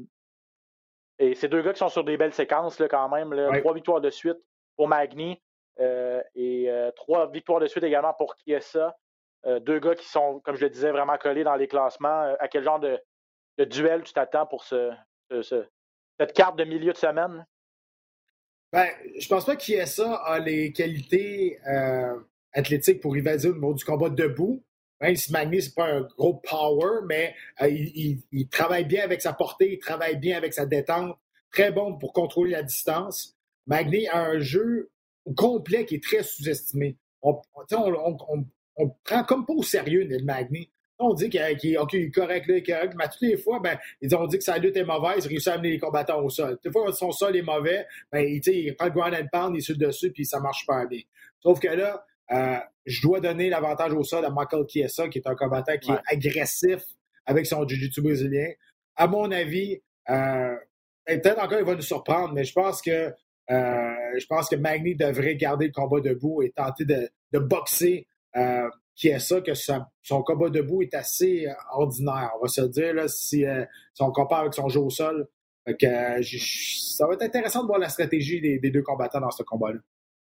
et c'est deux gars qui sont sur des belles séquences là, quand même. Là, ouais. Trois victoires de suite pour Magny euh, et euh, trois victoires de suite également pour Chiesa. Euh, deux gars qui sont, comme je le disais, vraiment collés dans les classements. Euh, à quel genre de, de duel tu t'attends pour ce, ce, ce, cette carte de milieu de semaine? Ben, je pense pas que Chiesa a les qualités euh, athlétiques pour rivaliser au niveau du combat debout. Même si Magny, c'est pas un gros power, mais euh, il, il, il travaille bien avec sa portée, il travaille bien avec sa détente. Très bon pour contrôler la distance. Magny a un jeu complet qui est très sous-estimé. On, on, on, on, on prend comme pas au sérieux le Magny. On dit qu'il, qu'il, okay, il est correct, là, il est correct, mais toutes les fois, ben, on dit que sa lutte est mauvaise, il réussit à amener les combattants au sol. Des fois, quand son sol est mauvais, ben, il, il prend le ground and pound, il est sur le dessus, puis ça marche super bien. Sauf que là, Euh, je dois donner l'avantage au sol à Michael Chiesa, qui est un combattant qui ouais. est agressif avec son jiu-jitsu brésilien. À mon avis, euh, peut-être encore il va nous surprendre, mais je pense que euh, je pense que Magny devrait garder le combat debout et tenter de, de boxer euh, Chiesa, que sa, son combat debout est assez euh, ordinaire, on va se dire, là, si, euh, si on compare avec son jeu au sol. Fait que, euh, ça va être intéressant de voir la stratégie des, des deux combattants dans ce combat-là.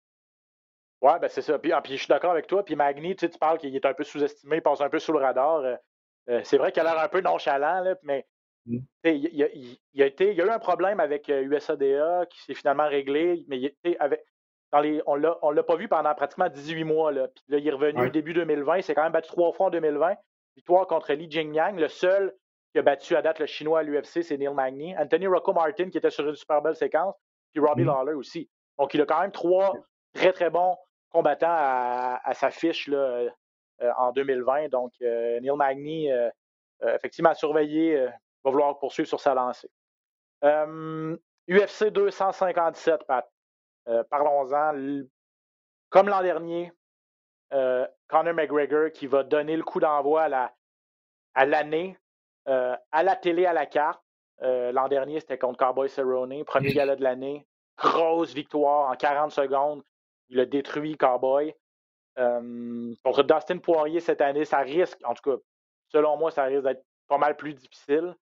Oui, ben c'est ça. Puis, ah, puis je suis d'accord avec toi. Puis Magny, tu sais, tu parles qu'il est un peu sous-estimé, il passe un peu sous le radar. Euh, euh, c'est vrai qu'il a l'air un peu nonchalant, là, mais mm. il, il, il, il, a été, il y a eu un problème avec euh, U S A D A qui s'est finalement réglé, mais il, avec, dans les, on l'a, on l'a pas vu pendant pratiquement dix-huit mois. Là. Puis là, il est revenu ouais. début deux mille vingt. Il s'est quand même battu trois fois en deux mille vingt. Victoire contre Li Jingliang. Le seul qui a battu à date le Chinois à l'U F C, c'est Neil Magny. Anthony Rocco Martin, qui était sur une super belle séquence, puis Robbie mm. Lawler aussi. Donc, il a quand même trois très, très bons combattant à, à sa fiche là, euh, en deux mille vingt. Donc, euh, Neil Magny, euh, euh, effectivement, à surveiller, euh, va vouloir poursuivre sur sa lancée. Euh, U F C deux cent cinquante-sept, Pat. Euh, parlons-en. L- comme l'an dernier, euh, Conor McGregor qui va donner le coup d'envoi à, la, à l'année, euh, à la télé, à la carte. Euh, l'an dernier, c'était contre Cowboy Cerrone. Premier gala de l'année. Grosse victoire en quarante secondes. Il a détruit Cowboy. Euh, contre Dustin Poirier cette année, ça risque, en tout cas, selon moi, ça risque d'être pas mal plus difficile.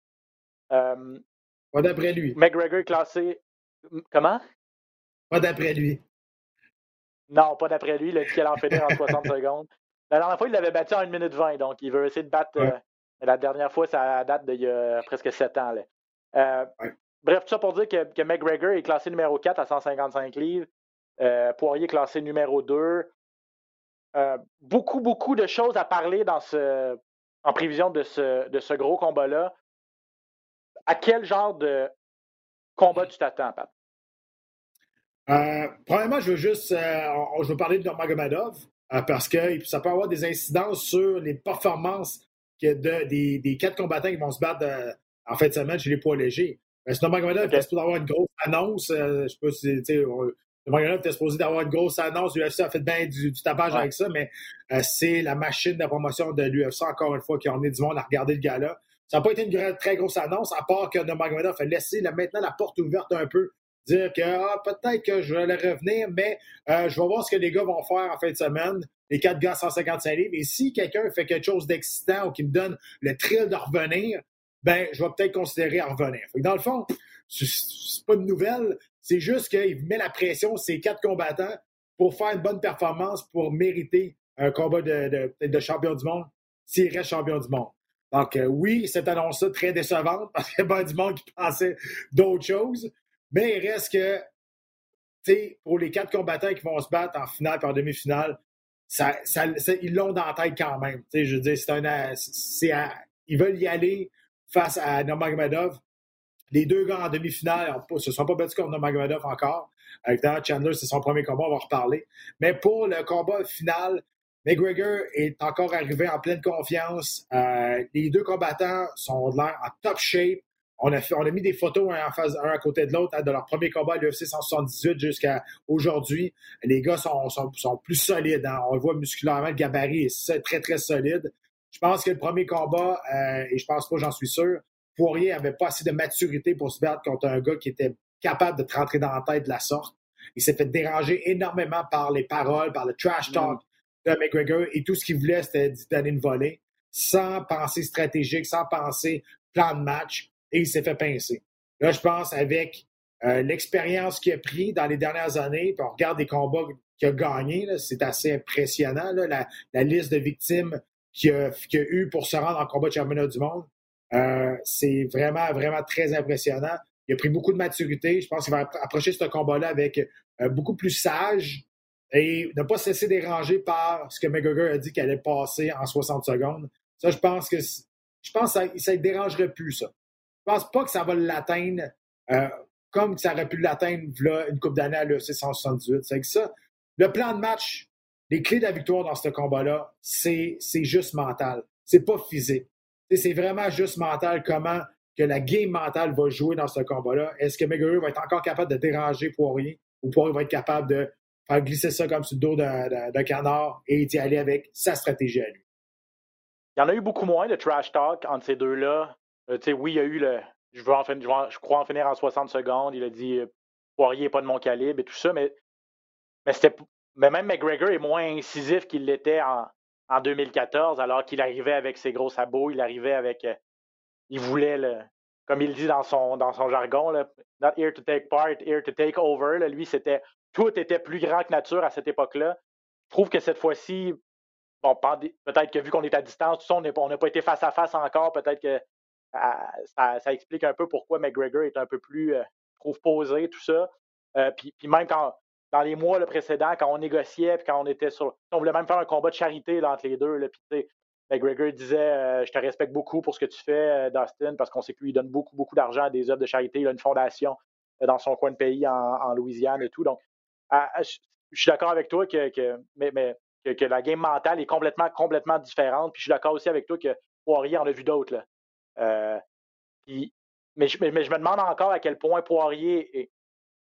Euh, pas d'après lui. McGregor est classé. Comment? Pas d'après lui. Non, pas d'après lui. Il a dit qu'il allait en finir en soixante secondes. La dernière fois, il l'avait battu en une minute vingt, donc il veut essayer de battre. Ouais. Euh, la dernière fois, ça date d'il y a presque sept ans. Là. Euh, ouais. Bref, tout ça pour dire que, que McGregor est classé numéro quatre à cent cinquante-cinq livres. Euh, Poirier est classé numéro deux. Euh, beaucoup, beaucoup de choses à parler dans ce, en prévision de ce, de ce gros combat-là. À quel genre de combat tu t'attends, Pat? Euh, premièrement, je veux juste euh, on, je veux parler de Nurmagomedov euh, parce que ça peut avoir des incidences sur les performances que de, des, des quatre combattants qui vont se battre euh, en fin de semaine chez les poids légers. Euh, Nurmagomedov okay. est supposé avoir une grosse annonce. Euh, je sais pas si tu sais. Nurmagomedov était supposé avoir une grosse annonce. L'U F C a fait bien du, du tapage ouais. avec ça, mais euh, c'est la machine de promotion de l'U F C, encore une fois, qui a emmené du monde à regarder le gala. Ça n'a pas été une grande, très grosse annonce, à part que Nurmagomedov a laissé là, maintenant la porte ouverte un peu. Dire que ah, peut-être que je vais aller revenir, mais euh, je vais voir ce que les gars vont faire en fin de semaine. Les quatre gars à cent cinquante-cinq livres. Et si quelqu'un fait quelque chose d'excitant ou qui me donne le thrill de revenir, ben je vais peut-être considérer à revenir. Fait que dans le fond, c'est, c'est pas une nouvelle. C'est juste qu'il met la pression sur ces quatre combattants pour faire une bonne performance, pour mériter un combat de, de, de champion du monde s'il reste champion du monde. Donc euh, oui, cette annonce-là très décevante parce qu'il y a bien du monde qui pensait d'autres choses. Mais il reste que, tu sais, pour les quatre combattants qui vont se battre en finale et en demi-finale, ça, ça, ça, ils l'ont dans la tête quand même. Tu sais, je veux dire, c'est un, c'est à, ils veulent y aller face à Nurmagomedov. Les deux gars en demi-finale ne se sont pas battus contre Nurmagomedov encore. Évidemment, Chandler, c'est son premier combat, on va en reparler. Mais pour le combat final, McGregor est encore arrivé en pleine confiance. Euh, les deux combattants sont de l'air en top shape. On a, fait, on a mis des photos un, en face, un à côté de l'autre hein, de leur premier combat à l'U F C cent soixante-dix-huit jusqu'à aujourd'hui. Les gars sont, sont, sont plus solides. Hein. On le voit musculairement, le gabarit est très, très solide. Je pense que le premier combat, euh, et je pense pas, j'en suis sûr, Poirier n'avait pas assez de maturité pour se battre contre un gars qui était capable de te rentrer dans la tête de la sorte. Il s'est fait déranger énormément par les paroles, par le trash talk mmh. de McGregor et tout ce qu'il voulait, c'était d'y donner une volée sans pensée stratégique, sans penser plan de match. Et il s'est fait pincer. Là, je pense, avec euh, l'expérience qu'il a pris dans les dernières années, puis on regarde les combats qu'il a gagnés, là, c'est assez impressionnant, là, la, la liste de victimes qu'il a, qu'il a eu pour se rendre en combat de championnat du monde. Euh, c'est vraiment, vraiment très impressionnant. Il a pris beaucoup de maturité. Je pense qu'il va approcher ce combat-là avec euh, beaucoup plus sage et ne pas se laisser déranger par ce que McGregor a dit qu'il allait passer en soixante secondes. Ça, je pense que je pense que ça ne dérangerait plus, ça. Je pense pas que ça va l'atteindre euh, comme ça aurait pu l'atteindre là, une couple d'années à l'U F C cent soixante-dix-huit. C'est que ça, le plan de match, les clés de la victoire dans ce combat-là, c'est, c'est juste mental. C'est pas physique. T'sais, c'est vraiment juste mental comment que la game mentale va jouer dans ce combat-là. Est-ce que McGregor va être encore capable de déranger Poirier ou Poirier va être capable de faire glisser ça comme sur le dos d'un, d'un, d'un canard et d'y aller avec sa stratégie à lui? Il y en a eu beaucoup moins de trash talk entre ces deux-là. Euh, oui, il y a eu le. Je, veux en fin, je, veux, je crois en finir en soixante secondes. Il a dit euh, Poirier n'est pas de mon calibre et tout ça, mais, mais, c'était, mais même McGregor est moins incisif qu'il l'était en, en deux mille quatorze, alors qu'il arrivait avec ses gros sabots, il arrivait avec. Euh, il voulait, le, comme il dit dans son, dans son jargon, là, not here to take part, here to take over. Là, lui, c'était. Tout était plus grand que nature à cette époque-là. Je trouve que cette fois-ci, bon, peut-être que vu qu'on est à distance, tout ça, on n'a pas été face à face encore, peut-être que. Ça, ça explique un peu pourquoi McGregor est un peu plus, euh, je trouve, posé, tout ça. Euh, puis, puis même quand, dans les mois là, précédents, quand on négociait, puis quand on était sur... On voulait même faire un combat de charité là, entre les deux. Là, puis, McGregor disait euh, « Je te respecte beaucoup pour ce que tu fais, euh, Dustin, parce qu'on sait qu'il donne beaucoup, beaucoup d'argent à des œuvres de charité. Il a une fondation euh, dans son coin de pays en, en Louisiane et tout. » Donc, euh, je, je suis d'accord avec toi que, que, mais, mais, que, que la game mentale est complètement, complètement différente. Puis je suis d'accord aussi avec toi que Poirier en a vu d'autres, là. Euh, pis, mais, je, mais je me demande encore à quel point Poirier est,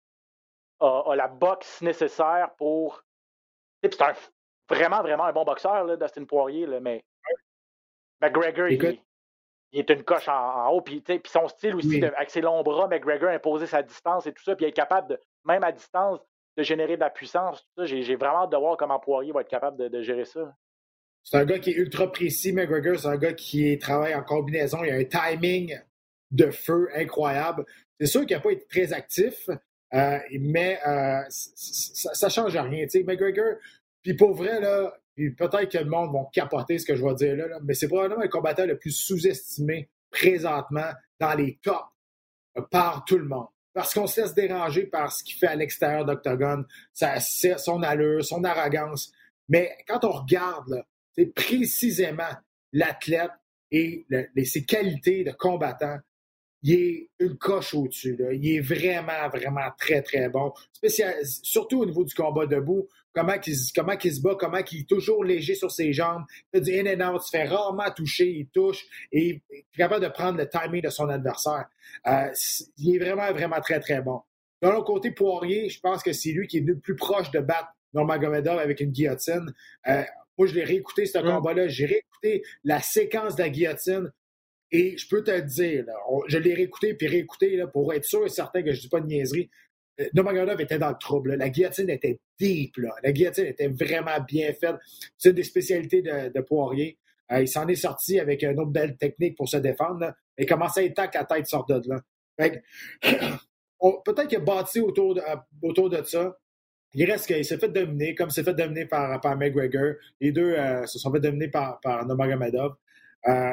a, a la boxe nécessaire pour. C'est un, vraiment, vraiment un bon boxeur, là, Dustin Poirier, là, mais McGregor, il, il est une coche en, en haut. Puis son style aussi, oui. de, avec ses longs bras, McGregor imposer sa distance et tout ça, puis être capable, de, même à distance, de générer de la puissance. Tout ça, j'ai, j'ai vraiment hâte de voir comment Poirier va être capable de, de gérer ça. C'est un gars qui est ultra précis, McGregor. C'est un gars qui travaille en combinaison. Il a un timing de feu incroyable. C'est sûr qu'il n'a pas été très actif, euh, mais euh, ça ne change rien. T'sais, McGregor, Puis pour vrai, là, puis peut-être que le monde va capoter ce que je vais dire là, là, mais c'est probablement le combattant le plus sous-estimé présentement dans les tops euh, par tout le monde. Parce qu'on se laisse déranger par ce qu'il fait à l'extérieur d'Octogone, sa, son allure, son arrogance. Mais quand on regarde là, c'est précisément l'athlète et le, les, ses qualités de combattant, il est une coche au-dessus. Là. Il est vraiment, vraiment très, très bon. Spécial, surtout au niveau du combat debout, comment il, comment il se bat, comment il est toujours léger sur ses jambes, il fait du in and out, il se fait rarement toucher, il touche et il est capable de prendre le timing de son adversaire. Euh, il est vraiment, vraiment très, très bon. De l'autre côté, Poirier, je pense que c'est lui qui est le plus proche de battre Nurmagomedov avec une guillotine. Euh, moi, je l'ai réécouté, ce mmh. combat-là. J'ai réécouté la séquence de la guillotine. Et je peux te le dire, là, on, je l'ai réécouté puis réécouté là, pour être sûr et certain que je ne dis pas de niaiserie. Euh, Nurmagomedov était dans le trouble. Là. La guillotine était deep. Là. La guillotine était vraiment bien faite. C'est une des spécialités de, de Poirier. Euh, il s'en est sorti avec une autre belle technique pour se défendre. Là. Mais il commençait à être temps que la tête sorte de là. Fait que, on, peut-être qu'il a bâti autour de, euh, autour de ça. Il reste qu'il s'est fait dominer, comme il s'est fait dominer par, par McGregor. Les deux euh, se sont fait dominer par, par Nurmagomedov. Euh,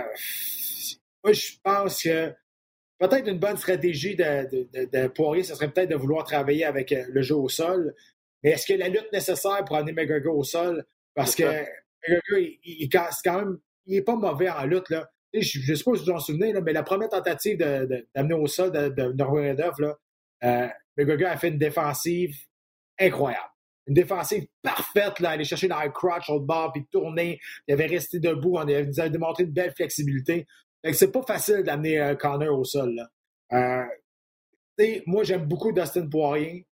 Moi, je pense que peut-être une bonne stratégie de, de, de, de Poirier, ce serait peut-être de vouloir travailler avec le jeu au sol. Mais est-ce que la lutte nécessaire pour amener McGregor au sol? Parce que McGregor, il, il, quand même, il est pas mauvais en lutte. Là. Je ne sais pas si vous vous en souvenez, là, mais la première tentative de, de, d'amener au sol de, de Nurmagomedov, là, euh, McGregor a fait une défensive incroyable. Une défensive parfaite, là, aller chercher dans le crotch, au bord, puis tourner. Il avait resté debout, on avait, nous avait démontré une belle flexibilité. Fait que c'est pas facile d'amener euh, Conor au sol. Là. Euh, moi, j'aime beaucoup Dustin Poirier.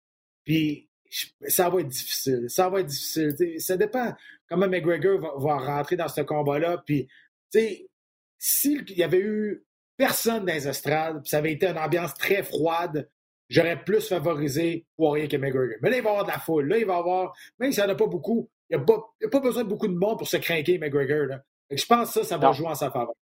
Puis ça va être difficile. Ça va être difficile. T'sais, ça dépend comment McGregor va, va rentrer dans ce combat-là. Puis, s'il y avait eu personne dans les estrades, puis ça avait été une ambiance très froide, j'aurais plus favorisé Poirier que McGregor. Mais là, il va y avoir de la foule. Là, il va y avoir, même s'il n'y en a pas beaucoup, il n'y a, a pas besoin de beaucoup de monde pour se craquer McGregor. Là. Fait que je pense que ça, ça va non. jouer en sa faveur.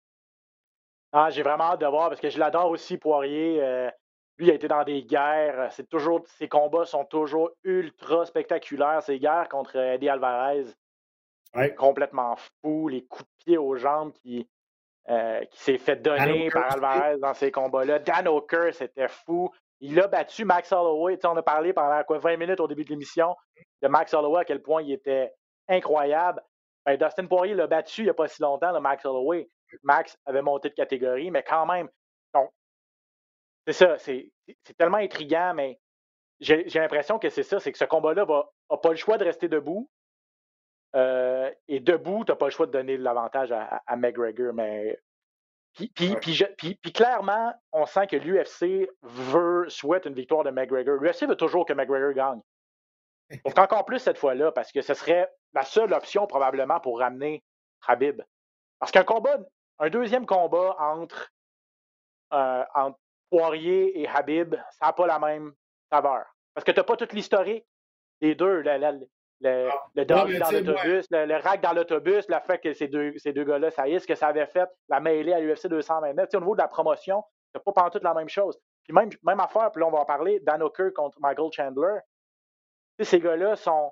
Ah, j'ai vraiment hâte de voir parce que je l'adore aussi, Poirier. Euh, lui, il a été dans des guerres. C'est toujours, ses combats sont toujours ultra spectaculaires. Ses guerres contre Eddie Alvarez, ouais. complètement fou. Les coups de pied aux jambes qui, euh, qui s'est fait donner par Alvarez dans ces combats-là. Dan Hooker, c'était fou. Il a battu Max Holloway. T'sais, on a parlé pendant quoi, vingt minutes au début de l'émission de Max Holloway, à quel point il était incroyable. Ben, Dustin Poirier l'a battu il n'y a pas si longtemps, le Max Holloway. Max avait monté de catégorie, mais quand même, donc, c'est ça, c'est, c'est tellement intriguant, mais j'ai, j'ai l'impression que c'est ça, c'est que ce combat-là n'a pas le choix de rester debout, euh, et debout, tu n'as pas le choix de donner l'avantage à, à, à McGregor, mais puis, puis, ouais. puis, je, puis, puis clairement, on sent que l'U F C veut, souhaite une victoire de McGregor. L'U F C veut toujours que McGregor gagne. Donc encore plus cette fois-là, parce que ce serait la seule option probablement pour ramener Khabib. Parce qu'un combat, un deuxième combat entre, euh, entre Poirier et Khabib, ça n'a pas la même saveur. Parce que tu n'as pas toute l'historique des deux. Le, le, le, ah, le dog dans l'autobus, le, le rack dans l'autobus, le fait que ces deux, ces deux gars-là, ça y est, ce que ça avait fait, la mêlée à l'U F C deux cent vingt-neuf. T'sais, au niveau de la promotion, tu n'as pas pendant toute la même chose. Puis même, même affaire, puis là, on va en parler, Dan Hooker contre Michael Chandler. T'sais, ces gars-là sont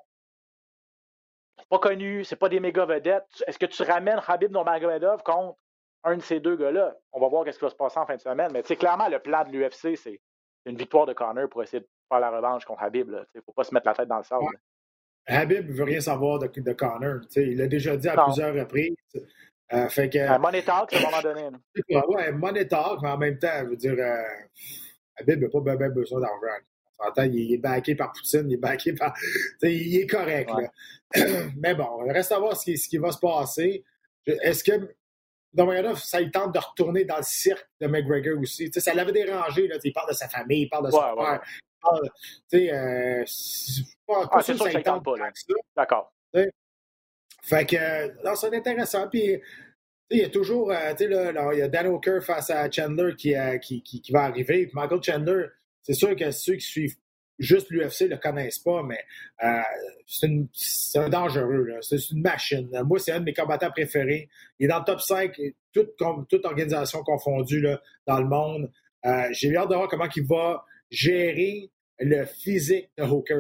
pas connus, c'est pas des méga vedettes. Est-ce que tu ramènes Khabib Nurmagomedov contre un de ces deux gars-là? On va voir ce qui va se passer en fin de semaine. Mais clairement, le plan de l'U F C, c'est une victoire de Conor pour essayer de faire la revanche contre Khabib. Il ne faut pas se mettre la tête dans le sable. Ouais. Khabib ne veut rien savoir de, de Conor. Il l'a déjà dit à non. plusieurs reprises. Euh, fait que, euh, Money Talk, à un moment donné. Oui, Money Talk, mais en même temps, je veux dire, euh, Khabib n'a pas bien, bien besoin d'argent. Il est backé par Poutine, il est backé par... Il est correct. Ouais. Là. Mais bon, il reste à voir ce qui, ce qui va se passer. Est-ce que Nurmagomedov, ça il tente de retourner dans le cirque de McGregor aussi? T'sais, ça l'avait dérangé. Là. Il parle de sa famille, il parle de ouais, son ouais, père. Ouais. Parle, euh, c'est pas, ah, c'est sûr que ça ne tente pas. Là. D'accord. T'sais. Fait que non, c'est intéressant. Puis, il y a toujours... Euh, là, là, il y a Dan Hooker face à Chandler qui, euh, qui, qui, qui va arriver. Puis Michael Chandler... C'est sûr que ceux qui suivent juste l'U F C ne le connaissent pas, mais euh, c'est, une, c'est un dangereux. Là. C'est une machine. Moi, c'est un de mes combattants préférés. Il est dans le top cinq, toute, toute organisation confondue là, dans le monde. Euh, j'ai hâte de voir comment il va gérer le physique de Hooker.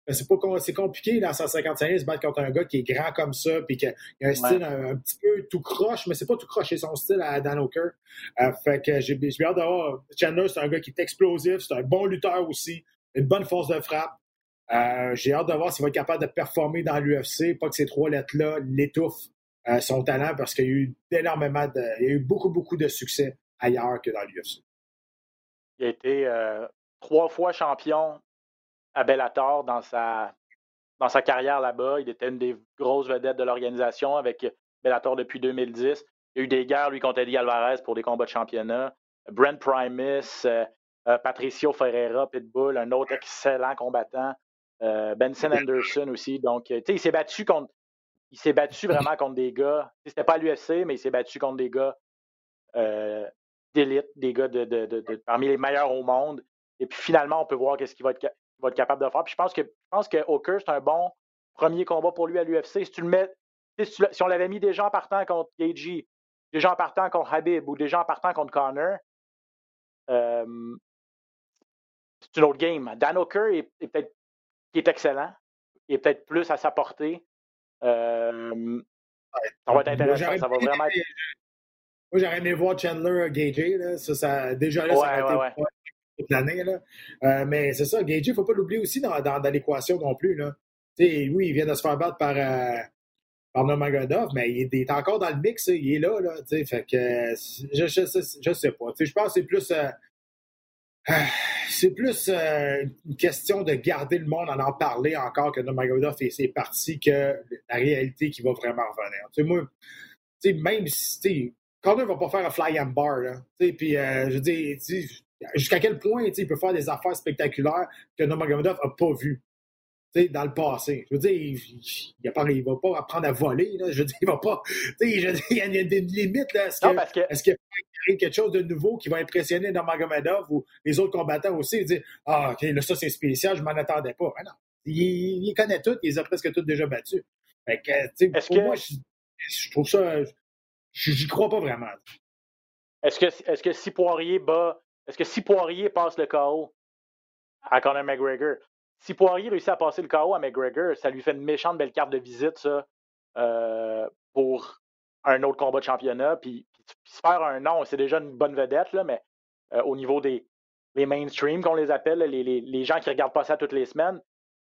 mais c'est pas c'est compliqué dans cent cinquante-cinq livres de se battre contre un gars qui est grand comme ça, puis qui a, qui a un style ouais. un, un petit peu tout croche, mais c'est pas tout croche, c'est son style à Dan Hooker. Euh, fait que j'ai, j'ai hâte de voir. Chandler, c'est un gars qui est explosif, c'est un bon lutteur aussi, une bonne force de frappe. Euh, j'ai hâte de voir s'il va être capable de performer dans l'U F C, pas que ces trois lettres-là l'étouffent euh, son talent, parce qu'il y a eu énormément de, il y a eu beaucoup, beaucoup de succès ailleurs que dans l'U F C. Il a été euh, trois fois champion à Bellator dans sa, dans sa carrière là-bas. Il était une des grosses vedettes de l'organisation avec Bellator depuis deux mille dix. Il y a eu des guerres, lui, contre Eddie Alvarez pour des combats de championnat. Brent Primus, euh, euh, Patricio Ferreira, Pitbull, un autre excellent combattant. Euh, Benson Anderson aussi. Donc, tu sais, il s'est battu contre... Il s'est battu vraiment contre des gars. C'était pas à l'U F C, mais il s'est battu contre des gars euh, d'élite, des gars de, de, de, de, parmi les meilleurs au monde. Et puis finalement, on peut voir qu'est-ce qu'il va être, va être capable de faire. Puis je pense que je pense que Hooker, c'est un bon premier combat pour lui à l'U F C. Si tu le mets, si, tu, si on l'avait mis déjà en partant contre Gaethje, déjà en partant contre Habib ou déjà en partant contre Conor, euh, c'est une autre game. Dan Hooker est, est peut-être qui est excellent, il est peut-être plus à sa portée. Euh, ça va être intéressant. Moi, ça va vraiment être... Moi, j'aurais aimé voir Chandler Gaethje. Là. Ça, ça, déjà là, ouais, ça aurait ouais, été ouais. toute l'année. Là. Euh, mais c'est ça, Gaethje, il ne faut pas l'oublier aussi dans, dans, dans l'équation non plus. Là. Oui, il vient de se faire battre par, euh, par Nurmagomedov, mais il est, il est encore dans le mix. Il est là. là fait que, je ne je, je sais pas. Je pense que c'est plus... Euh, c'est plus euh, une question de garder le monde, en en parler encore que Nurmagomedov et c'est parti que la réalité qui va vraiment revenir. T'sais, moi, t'sais, même si Conor ne va pas faire un fly and bar, puis euh, je veux dire, jusqu'à quel point il peut faire des affaires spectaculaires que Nurmagomedov n'a pas vues dans le passé. Je veux dire, il ne va pas apprendre à voler. Là. Je veux dire, il va pas. Je veux dire, il y a des limites. Là. Est-ce, non, que, parce que... est-ce qu'il y a quelque chose de nouveau qui va impressionner Nurmagomedov ou les autres combattants aussi? Dire ah, OK, là, ça, c'est spécial, je ne m'en attendais pas. Mais non. Il, il connaît tout, il les a presque tous déjà battus. Fait que, est-ce pour que... moi, je, je trouve ça. Je n'y crois pas vraiment. Est-ce que, est-ce que si Poirier bat. Est-ce que si Poirier passe le K O à Conor McGregor? Si Poirier réussit à passer le K O à McGregor, ça lui fait une méchante belle carte de visite, ça, euh, pour un autre combat de championnat. Puis, puis, puis se faire un nom, c'est déjà une bonne vedette, là, mais euh, au niveau des les mainstream, qu'on les appelle, les, les, les gens qui regardent pas ça toutes les semaines,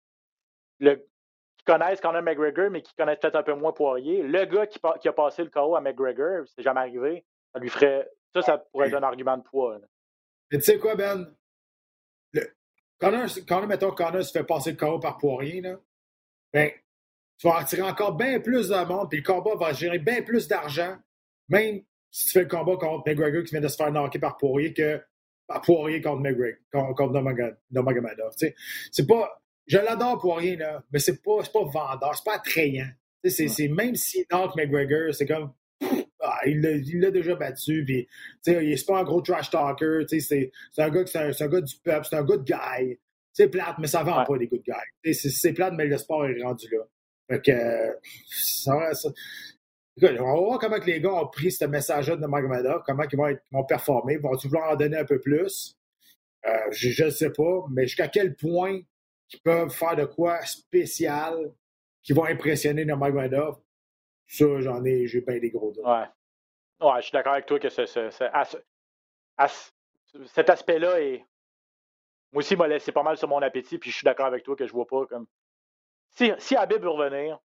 le, qui connaissent Conor McGregor, mais qui connaissent peut-être un peu moins Poirier, le gars qui, qui a passé le K O à McGregor, c'est jamais arrivé, ça lui ferait... Ça, ça pourrait être un argument de poids. Là. Mais tu sais quoi, Ben? Le... Conor, Conor, mettons, Conor se fait passer le K O par Poirier, là, ben, tu vas en tirer encore bien plus de monde, puis le combat va générer bien plus d'argent, même si tu fais le combat contre McGregor qui vient de se faire knocker par Poirier, que par Poirier contre McGregor, contre, contre Nurmagomedov. C'est pas... Je l'adore, Poirier, là, mais c'est pas, c'est pas vendeur, c'est pas attrayant. C'est, ouais. c'est, même si knock McGregor, c'est comme... Ah, il, l'a, il l'a déjà battu, puis il c'est pas un gros trash talker, c'est, c'est, un gars, c'est, un, c'est un gars du peuple, c'est un good guy. C'est plate, mais ça vend ouais. pas des good guys. C'est, c'est plate, mais le sport est rendu là. Fait que, ça, ça, écoute, on va voir comment que les gars ont pris ce message-là de Nurmagomedov, comment ils vont, être, vont performer, vont-ils vouloir en donner un peu plus? Euh, je ne sais pas, mais jusqu'à quel point ils peuvent faire de quoi spécial qui va impressionner Nurmagomedov? Ça, j'en ai, j'ai bien des gros doutes. Ouais. Ouais, je suis d'accord avec toi que ce, ce, ce, à ce, à ce, cet aspect-là est. Moi aussi, m'a laissé pas mal sur mon appétit, puis je suis d'accord avec toi que je vois pas comme. Si, si Habib veut revenir,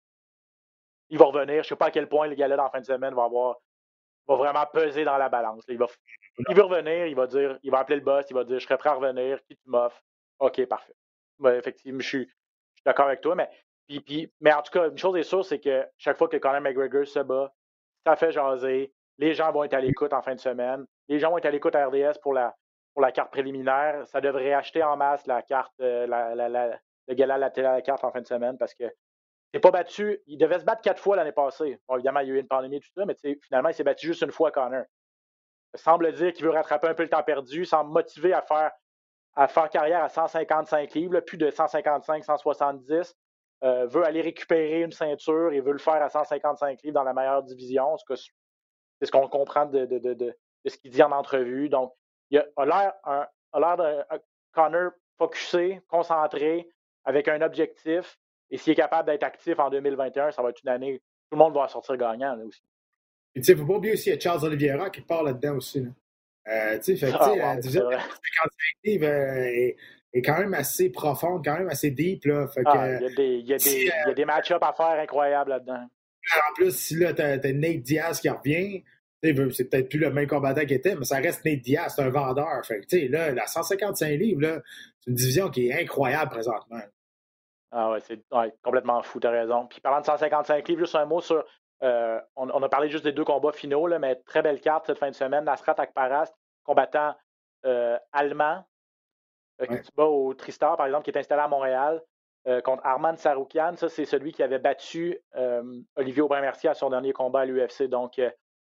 il va revenir. Je sais pas à quel point le gars-là, dans la fin de semaine, va avoir. va vraiment peser dans la balance. Il va, il veut revenir, il va dire, il va appeler le boss, il va dire je serais prêt à revenir, qui tu m'offres? OK, parfait. Ben, effectivement, je suis, je suis d'accord avec toi, mais. Puis, puis, mais en tout cas, une chose est sûre, c'est que chaque fois que Conor McGregor se bat, ça fait jaser. Les gens vont être à l'écoute en fin de semaine. Les gens vont être à l'écoute à R D S pour la, pour la carte préliminaire. Ça devrait acheter en masse la carte, euh, la, la, la, le gala la télé à la carte en fin de semaine parce que c'est pas battu. Il devait se battre quatre fois l'année passée. Bon, évidemment, il y a eu une pandémie et tout ça, mais finalement, il s'est battu juste une fois, Conor. Ça semble dire qu'il veut rattraper un peu le temps perdu, semble motivé à faire, à faire carrière à cent cinquante-cinq livres, là, plus de cent cinquante-cinq, cent soixante-dix. Euh, veut aller récupérer une ceinture et veut le faire à cent cinquante-cinq livres dans la meilleure division. C'est ce qu'on comprend de, de, de, de, de ce qu'il dit en entrevue. Donc, il a, a l'air, un, a l'air d'un Conor focusé, concentré, avec un objectif. Et s'il est capable d'être actif en deux mille vingt et un, ça va être une année. Tout le monde va en sortir gagnant là aussi. Tu sais, il ne faut pas oublier aussi, il y a Charles Oliveira qui part là-dedans aussi. Là. Euh, tu sais, fait que, Ah, tu sais, wow, la division de cinquante-cinq livres euh, est, est quand même assez profonde, quand même assez deep. Là. Fait que, ah, il y a des, il y a si, des, euh, il y a des match-ups à faire incroyables là-dedans. En plus, si là, tu as Nate Diaz qui revient, c'est peut-être plus le même combattant qu'il était, mais ça reste Nate Diaz, c'est un vendeur. Fait que, tu sais, là, la cent cinquante-cinq livres, là, c'est une division qui est incroyable présentement. Ah ouais, c'est ouais, complètement fou, t'as raison. Puis parlant de cent cinquante-cinq livres, juste un mot sur. Euh, on, on a parlé juste des deux combats finaux, là, mais très belle carte cette fin de semaine. Nasrat Akparas, combattant euh, allemand, euh, Ouais. qui se bat au Tristar, par exemple, qui est installé à Montréal, euh, contre Arman Saroukian. Ça, c'est celui qui avait battu euh, Olivier Aubin-Mercier à son dernier combat à l'U F C. Donc,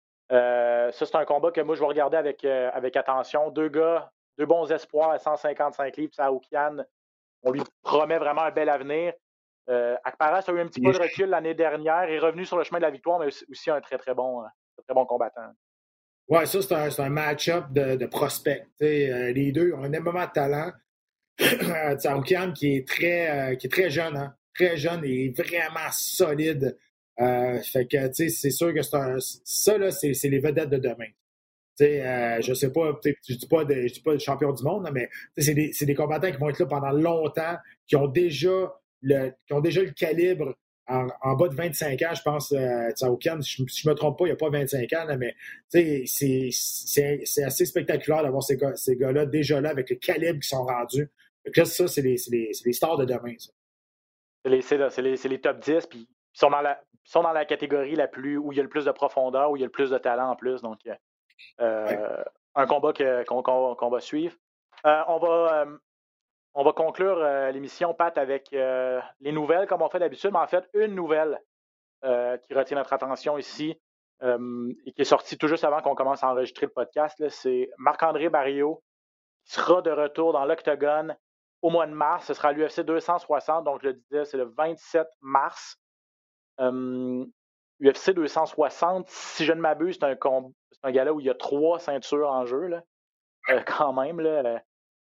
euh, ça, c'est un combat que moi, je vais regarder avec, euh, avec attention. Deux gars, deux bons espoirs à cent cinquante-cinq livres. Saroukian, on lui promet vraiment un bel avenir. Euh, Akparas a eu un petit peu de recul l'année dernière, est revenu sur le chemin de la victoire, mais aussi un très, très bon, très, très bon combattant. Ouais, ça, c'est un, c'est un match-up de, de prospects. Euh, les deux ont énormément de talent. Saroukian, qui est très, euh, qui est très jeune, hein? Très jeune et vraiment solide. Euh, fait que, tu sais, c'est sûr que c'est un. Ça, là, c'est, c'est les vedettes de demain. Tu sais, euh, je sais pas, je dis pas, de, je dis pas le champion du monde, mais c'est des, c'est des combattants qui vont être là pendant longtemps, qui ont déjà le, qui ont déjà le calibre en, en bas de vingt-cinq ans, je pense. Euh, Saroukian, si je ne me trompe pas, il n'y a pas vingt-cinq ans, là, mais c'est, c'est, c'est assez spectaculaire d'avoir ces, gars, ces gars-là déjà là avec le calibre qui sont rendus. Donc là, ça, c'est les, c'est les, c'est les stars de demain. Ça. C'est, les, c'est, là, c'est, les, c'est les top dix, puis ils sont dans la, ils sont dans la catégorie la plus où il y a le plus de profondeur, où il y a le plus de talent en plus. Donc, euh, ouais. un combat que, qu'on, qu'on, qu'on va suivre. Euh, on va. Euh, On va conclure euh, l'émission, Pat, avec euh, les nouvelles, comme on fait d'habitude, mais en fait, une nouvelle euh, qui retient notre attention ici euh, et qui est sortie tout juste avant qu'on commence à enregistrer le podcast, là, c'est Marc-André Barriault qui sera de retour dans l'Octogone au mois de mars. Ce sera à l'U F C deux cent soixante, donc je le disais, c'est le vingt-sept mars. Euh, U F C deux cent soixante, si je ne m'abuse, c'est un, comb- c'est un gala où il y a trois ceintures en jeu, là, euh, quand même, là.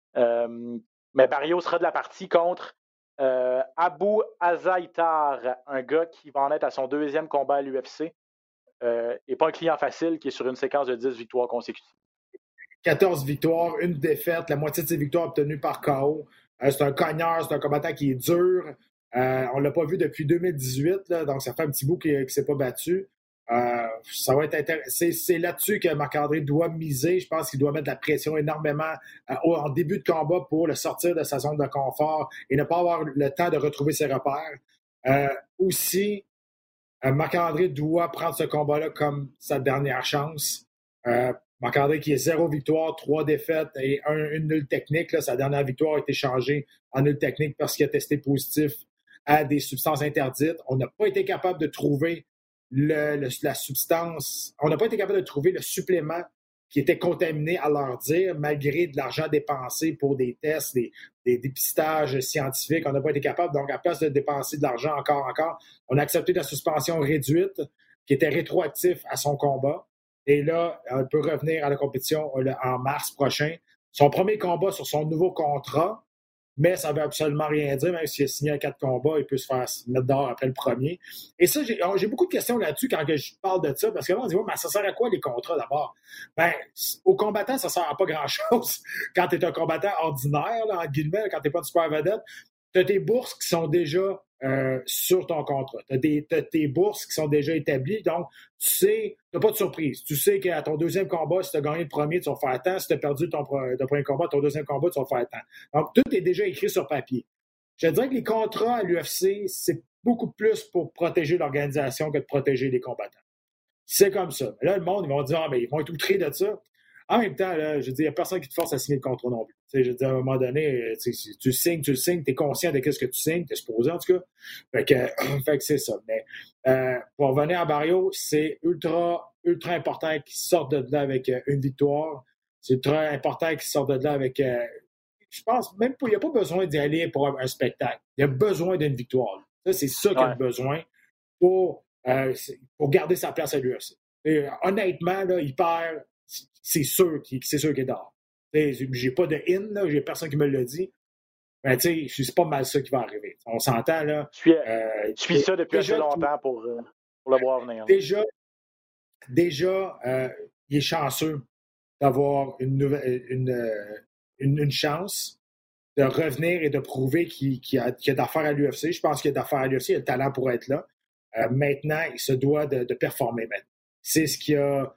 Euh, Mais Barriault sera de la partie contre euh, Abou Azaitar, un gars qui va en être à son deuxième combat à l'U F C. Euh, et pas un client facile qui est sur une séquence de dix victoires consécutives. quatorze victoires, une défaite, la moitié de ses victoires obtenues par K O. Euh, c'est un cogneur, c'est un combattant qui est dur. Euh, on ne l'a pas vu depuis deux mille dix-huit, là, donc ça fait un petit bout qu'il ne s'est pas battu. Euh, ça va être intéressant. C'est, c'est là-dessus que Marc-André doit miser. Je pense qu'il doit mettre de la pression énormément euh, en début de combat pour le sortir de sa zone de confort et ne pas avoir le temps de retrouver ses repères. Euh, aussi, euh, Marc-André doit prendre ce combat-là comme sa dernière chance. Euh, Marc-André qui est zéro victoire, trois défaites et un, une nulle technique. Là, sa dernière victoire a été changée en nulle technique parce qu'il a testé positif à des substances interdites. On n'a pas été capable de trouver Le, le, la substance, on n'a pas été capable de trouver le supplément qui était contaminé à leur dire, malgré de l'argent dépensé pour des tests, des, des dépistages scientifiques. On n'a pas été capable. Donc, à place de dépenser de l'argent encore, encore, on a accepté la suspension réduite qui était rétroactive à son combat. Et là, elle peut revenir à la compétition en mars prochain. Son premier combat sur son nouveau contrat, mais ça ne veut absolument rien dire. Même s'il a signé à quatre combats, il peut se faire mettre dehors après le premier. Et ça, j'ai, j'ai beaucoup de questions là-dessus quand je parle de ça, parce que là, on dit, ouais, mais ça sert à quoi les contrats d'abord? Ben, aux combattants, ça ne sert à pas grand-chose. Quand tu es un combattant ordinaire, là, en guillemets, quand tu n'es pas une super vedette, tu as tes bourses qui sont déjà euh, sur ton contrat. Tu as tes bourses qui sont déjà établies, donc tu sais, tu n'as pas de surprise. Tu sais qu'à ton deuxième combat, si tu as gagné le premier, tu vas faire tant. Si tu as perdu ton, ton premier combat, ton deuxième combat, tu vas faire tant. Donc, tout est déjà écrit sur papier. Je dirais que les contrats à l'U F C, c'est beaucoup plus pour protéger l'organisation que de protéger les combattants. C'est comme ça. Mais là, le monde, ils vont dire, ah, mais ils vont être outrés de ça. En même temps, là, je veux dire, il n'y a personne qui te force à signer le contrat non plus. Tu sais, je veux dire, à un moment donné, tu, sais, tu signes, tu le signes, tu es conscient de ce que tu signes, tu es supposé en tout cas. Fait que, fait que c'est ça. Mais euh, pour revenir à Barriault, c'est ultra, ultra important qu'il sorte de là avec euh, une victoire. C'est ultra important qu'il sorte de là avec... Euh, je pense même pas, il n'y a pas besoin d'y aller pour un, un spectacle. Il y a besoin d'une victoire. Ça, c'est ça qu'il ouais. a besoin pour, euh, pour garder sa place à l'U F C. Et, honnêtement, là, il perd... C'est sûr qu'il, c'est sûr qu'il est dehors. J'ai pas de in, là, j'ai personne qui me l'a dit. Ben, tu sais, c'est pas mal ça qui va arriver. On s'entend, là. Je suis, euh, je suis ça depuis déjà, assez longtemps pour, euh, pour le voir venir. Déjà, déjà euh, il est chanceux d'avoir une, nouvelle, une, une, une chance de revenir et de prouver qu'il, qu'il a, qu'il a d'affaires à l'U F C. Je pense qu'il a d'affaires à l'U F C, il a le talent pour être là. Euh, maintenant, il se doit de, de performer maintenant. C'est ce qu'il a.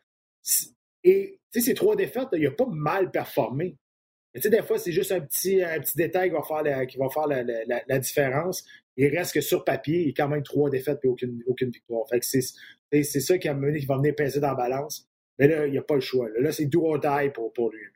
Et, tu sais, ces trois défaites, là, il n'a pas mal performé. Mais tu sais, des fois, c'est juste un petit, un petit détail qui va faire, la, qui va faire la, la, la différence. Il reste que sur papier, il y a quand même trois défaites et aucune, aucune victoire. Fait que c'est, c'est ça qui, a mené, qui va venir peser dans la balance. Mais là, il n'y a pas le choix. Là, là c'est do or die pour, pour lui.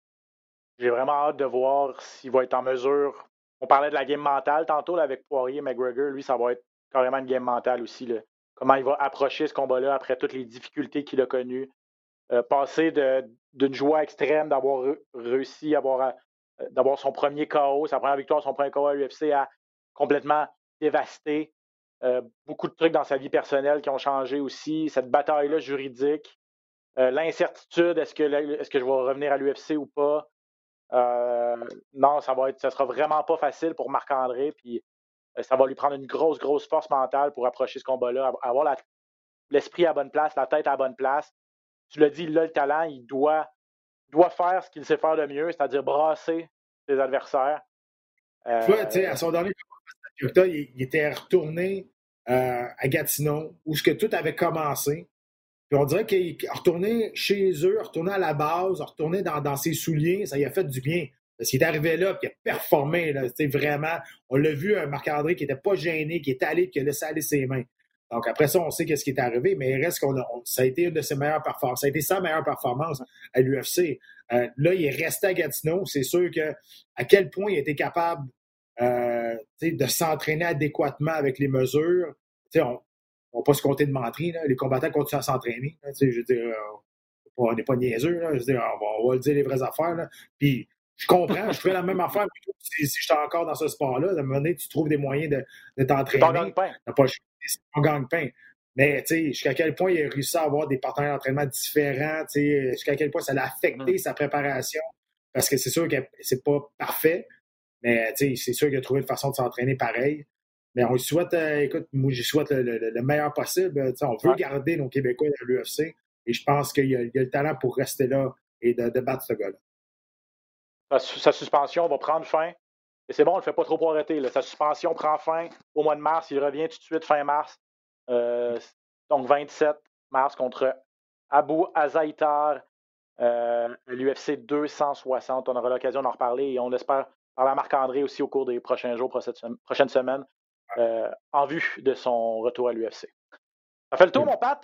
J'ai vraiment hâte de voir s'il va être en mesure. On parlait de la game mentale tantôt là, avec Poirier et McGregor. Lui, ça va être carrément une game mentale aussi. Là. Comment il va approcher ce combat-là après toutes les difficultés qu'il a connues. Euh, passer de, d'une joie extrême d'avoir re- réussi avoir, euh, d'avoir son premier K O, sa première victoire, son premier K O à l'U F C, à complètement dévasté. Euh, beaucoup de trucs dans sa vie personnelle qui ont changé aussi. Cette bataille-là juridique. Euh, l'incertitude, est-ce que, est-ce que je vais revenir à l'U F C ou pas? Euh, non, ça va être, ça sera vraiment pas facile pour Marc-André. Puis euh, ça va lui prendre une grosse, grosse force mentale pour approcher ce combat-là, avoir la, l'esprit à la bonne place, la tête à la bonne place. Tu l'as dit, il a le talent, il doit, doit faire ce qu'il sait faire de mieux, c'est-à-dire brasser ses adversaires. Euh, tu vois, tu sais, à son dernier combat, il, il était retourné euh, à Gatineau, où ce que tout avait commencé. Puis on dirait qu'il retourné chez eux, retourné à la base, retourné dans, dans ses souliers, ça lui a fait du bien. Parce qu'il est arrivé là, puis il a performé, là, vraiment. On l'a vu, un Marc-André qui n'était pas gêné, qui est allé, qui a laissé aller ses mains. Donc, après ça, on sait qu'est-ce qui est arrivé, mais il reste qu'on a, on, ça a été une de ses meilleures performances. Ça a été sa meilleure performance à l'U F C. Euh, là, il est resté à Gatineau. C'est sûr que à quel point il était capable euh, de s'entraîner adéquatement avec les mesures. T'sais, on ne va pas se compter de mentir. Là. Les combattants continuent à s'entraîner. Là, je veux dire, on n'est pas niaiseux. Là. Je veux dire, on, va, on va le dire les vraies affaires. Là. Puis, je comprends, je fais la même affaire si, si je suis encore dans ce sport-là. À un moment donné, tu trouves des moyens de, de t'entraîner. Ton gagne-pain. T'as pas ton gagne-pain. Mais, tu sais, jusqu'à quel point il a réussi à avoir des partenaires d'entraînement différents, tu sais, jusqu'à quel point ça l'a affecté mmh. sa préparation. Parce que c'est sûr que c'est pas parfait, mais, tu sais, c'est sûr qu'il a trouvé une façon de s'entraîner pareil. Mais on lui souhaite, euh, écoute, moi, je souhaite le, le, le meilleur possible. T'sais, on veut ouais. garder nos Québécois dans l'U F C et je pense qu'il y a, il y a le talent pour rester là et de, de battre ce gars-là. Sa, sa suspension va prendre fin. Et c'est bon, on ne le fait pas trop pour arrêter. Là. Sa suspension prend fin au mois de mars. Il revient tout de suite fin mars. Euh, donc, vingt-sept mars contre Abu Azaitar euh, à l'U F C deux cent soixante. On aura l'occasion d'en reparler et on espère parler à Marc-André aussi au cours des prochains jours, prochaines semaines, euh, en vue de son retour à l'U F C. Ça fait le tour, mon Pat.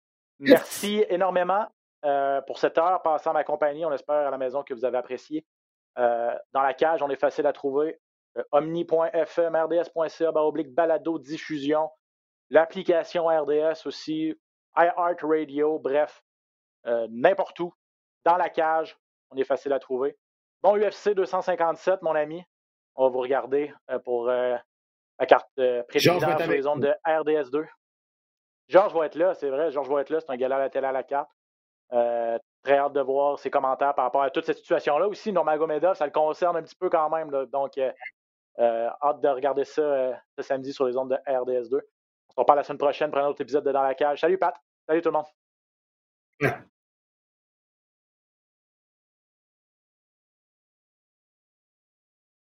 Merci énormément euh, pour cette heure passée à ma compagnie. On espère à la maison que vous avez apprécié. Euh, dans la cage, on est facile à trouver. Euh, omni point f m, r d s point c a, barre oblique, balado, diffusion. L'application R D S aussi, iHeartRadio, bref, euh, n'importe où. Dans la cage, on est facile à trouver. Bon U F C deux cent cinquante-sept, mon ami. On va vous regarder euh, pour euh, la carte euh, précédente sur les ondes de R D S deux. Georges va être là, c'est vrai. Georges va être là. C'est un gala à la télé à la carte. Euh, très hâte de voir ses commentaires par rapport à toute cette situation-là. Aussi, Nurmagomedov, ça le concerne un petit peu quand même. Là. Donc, euh, euh, hâte de regarder ça euh, ce samedi sur les ondes de R D S deux. On se reparle la semaine prochaine pour un autre épisode de Dans la cage. Salut Pat. Salut tout le monde. Ouais.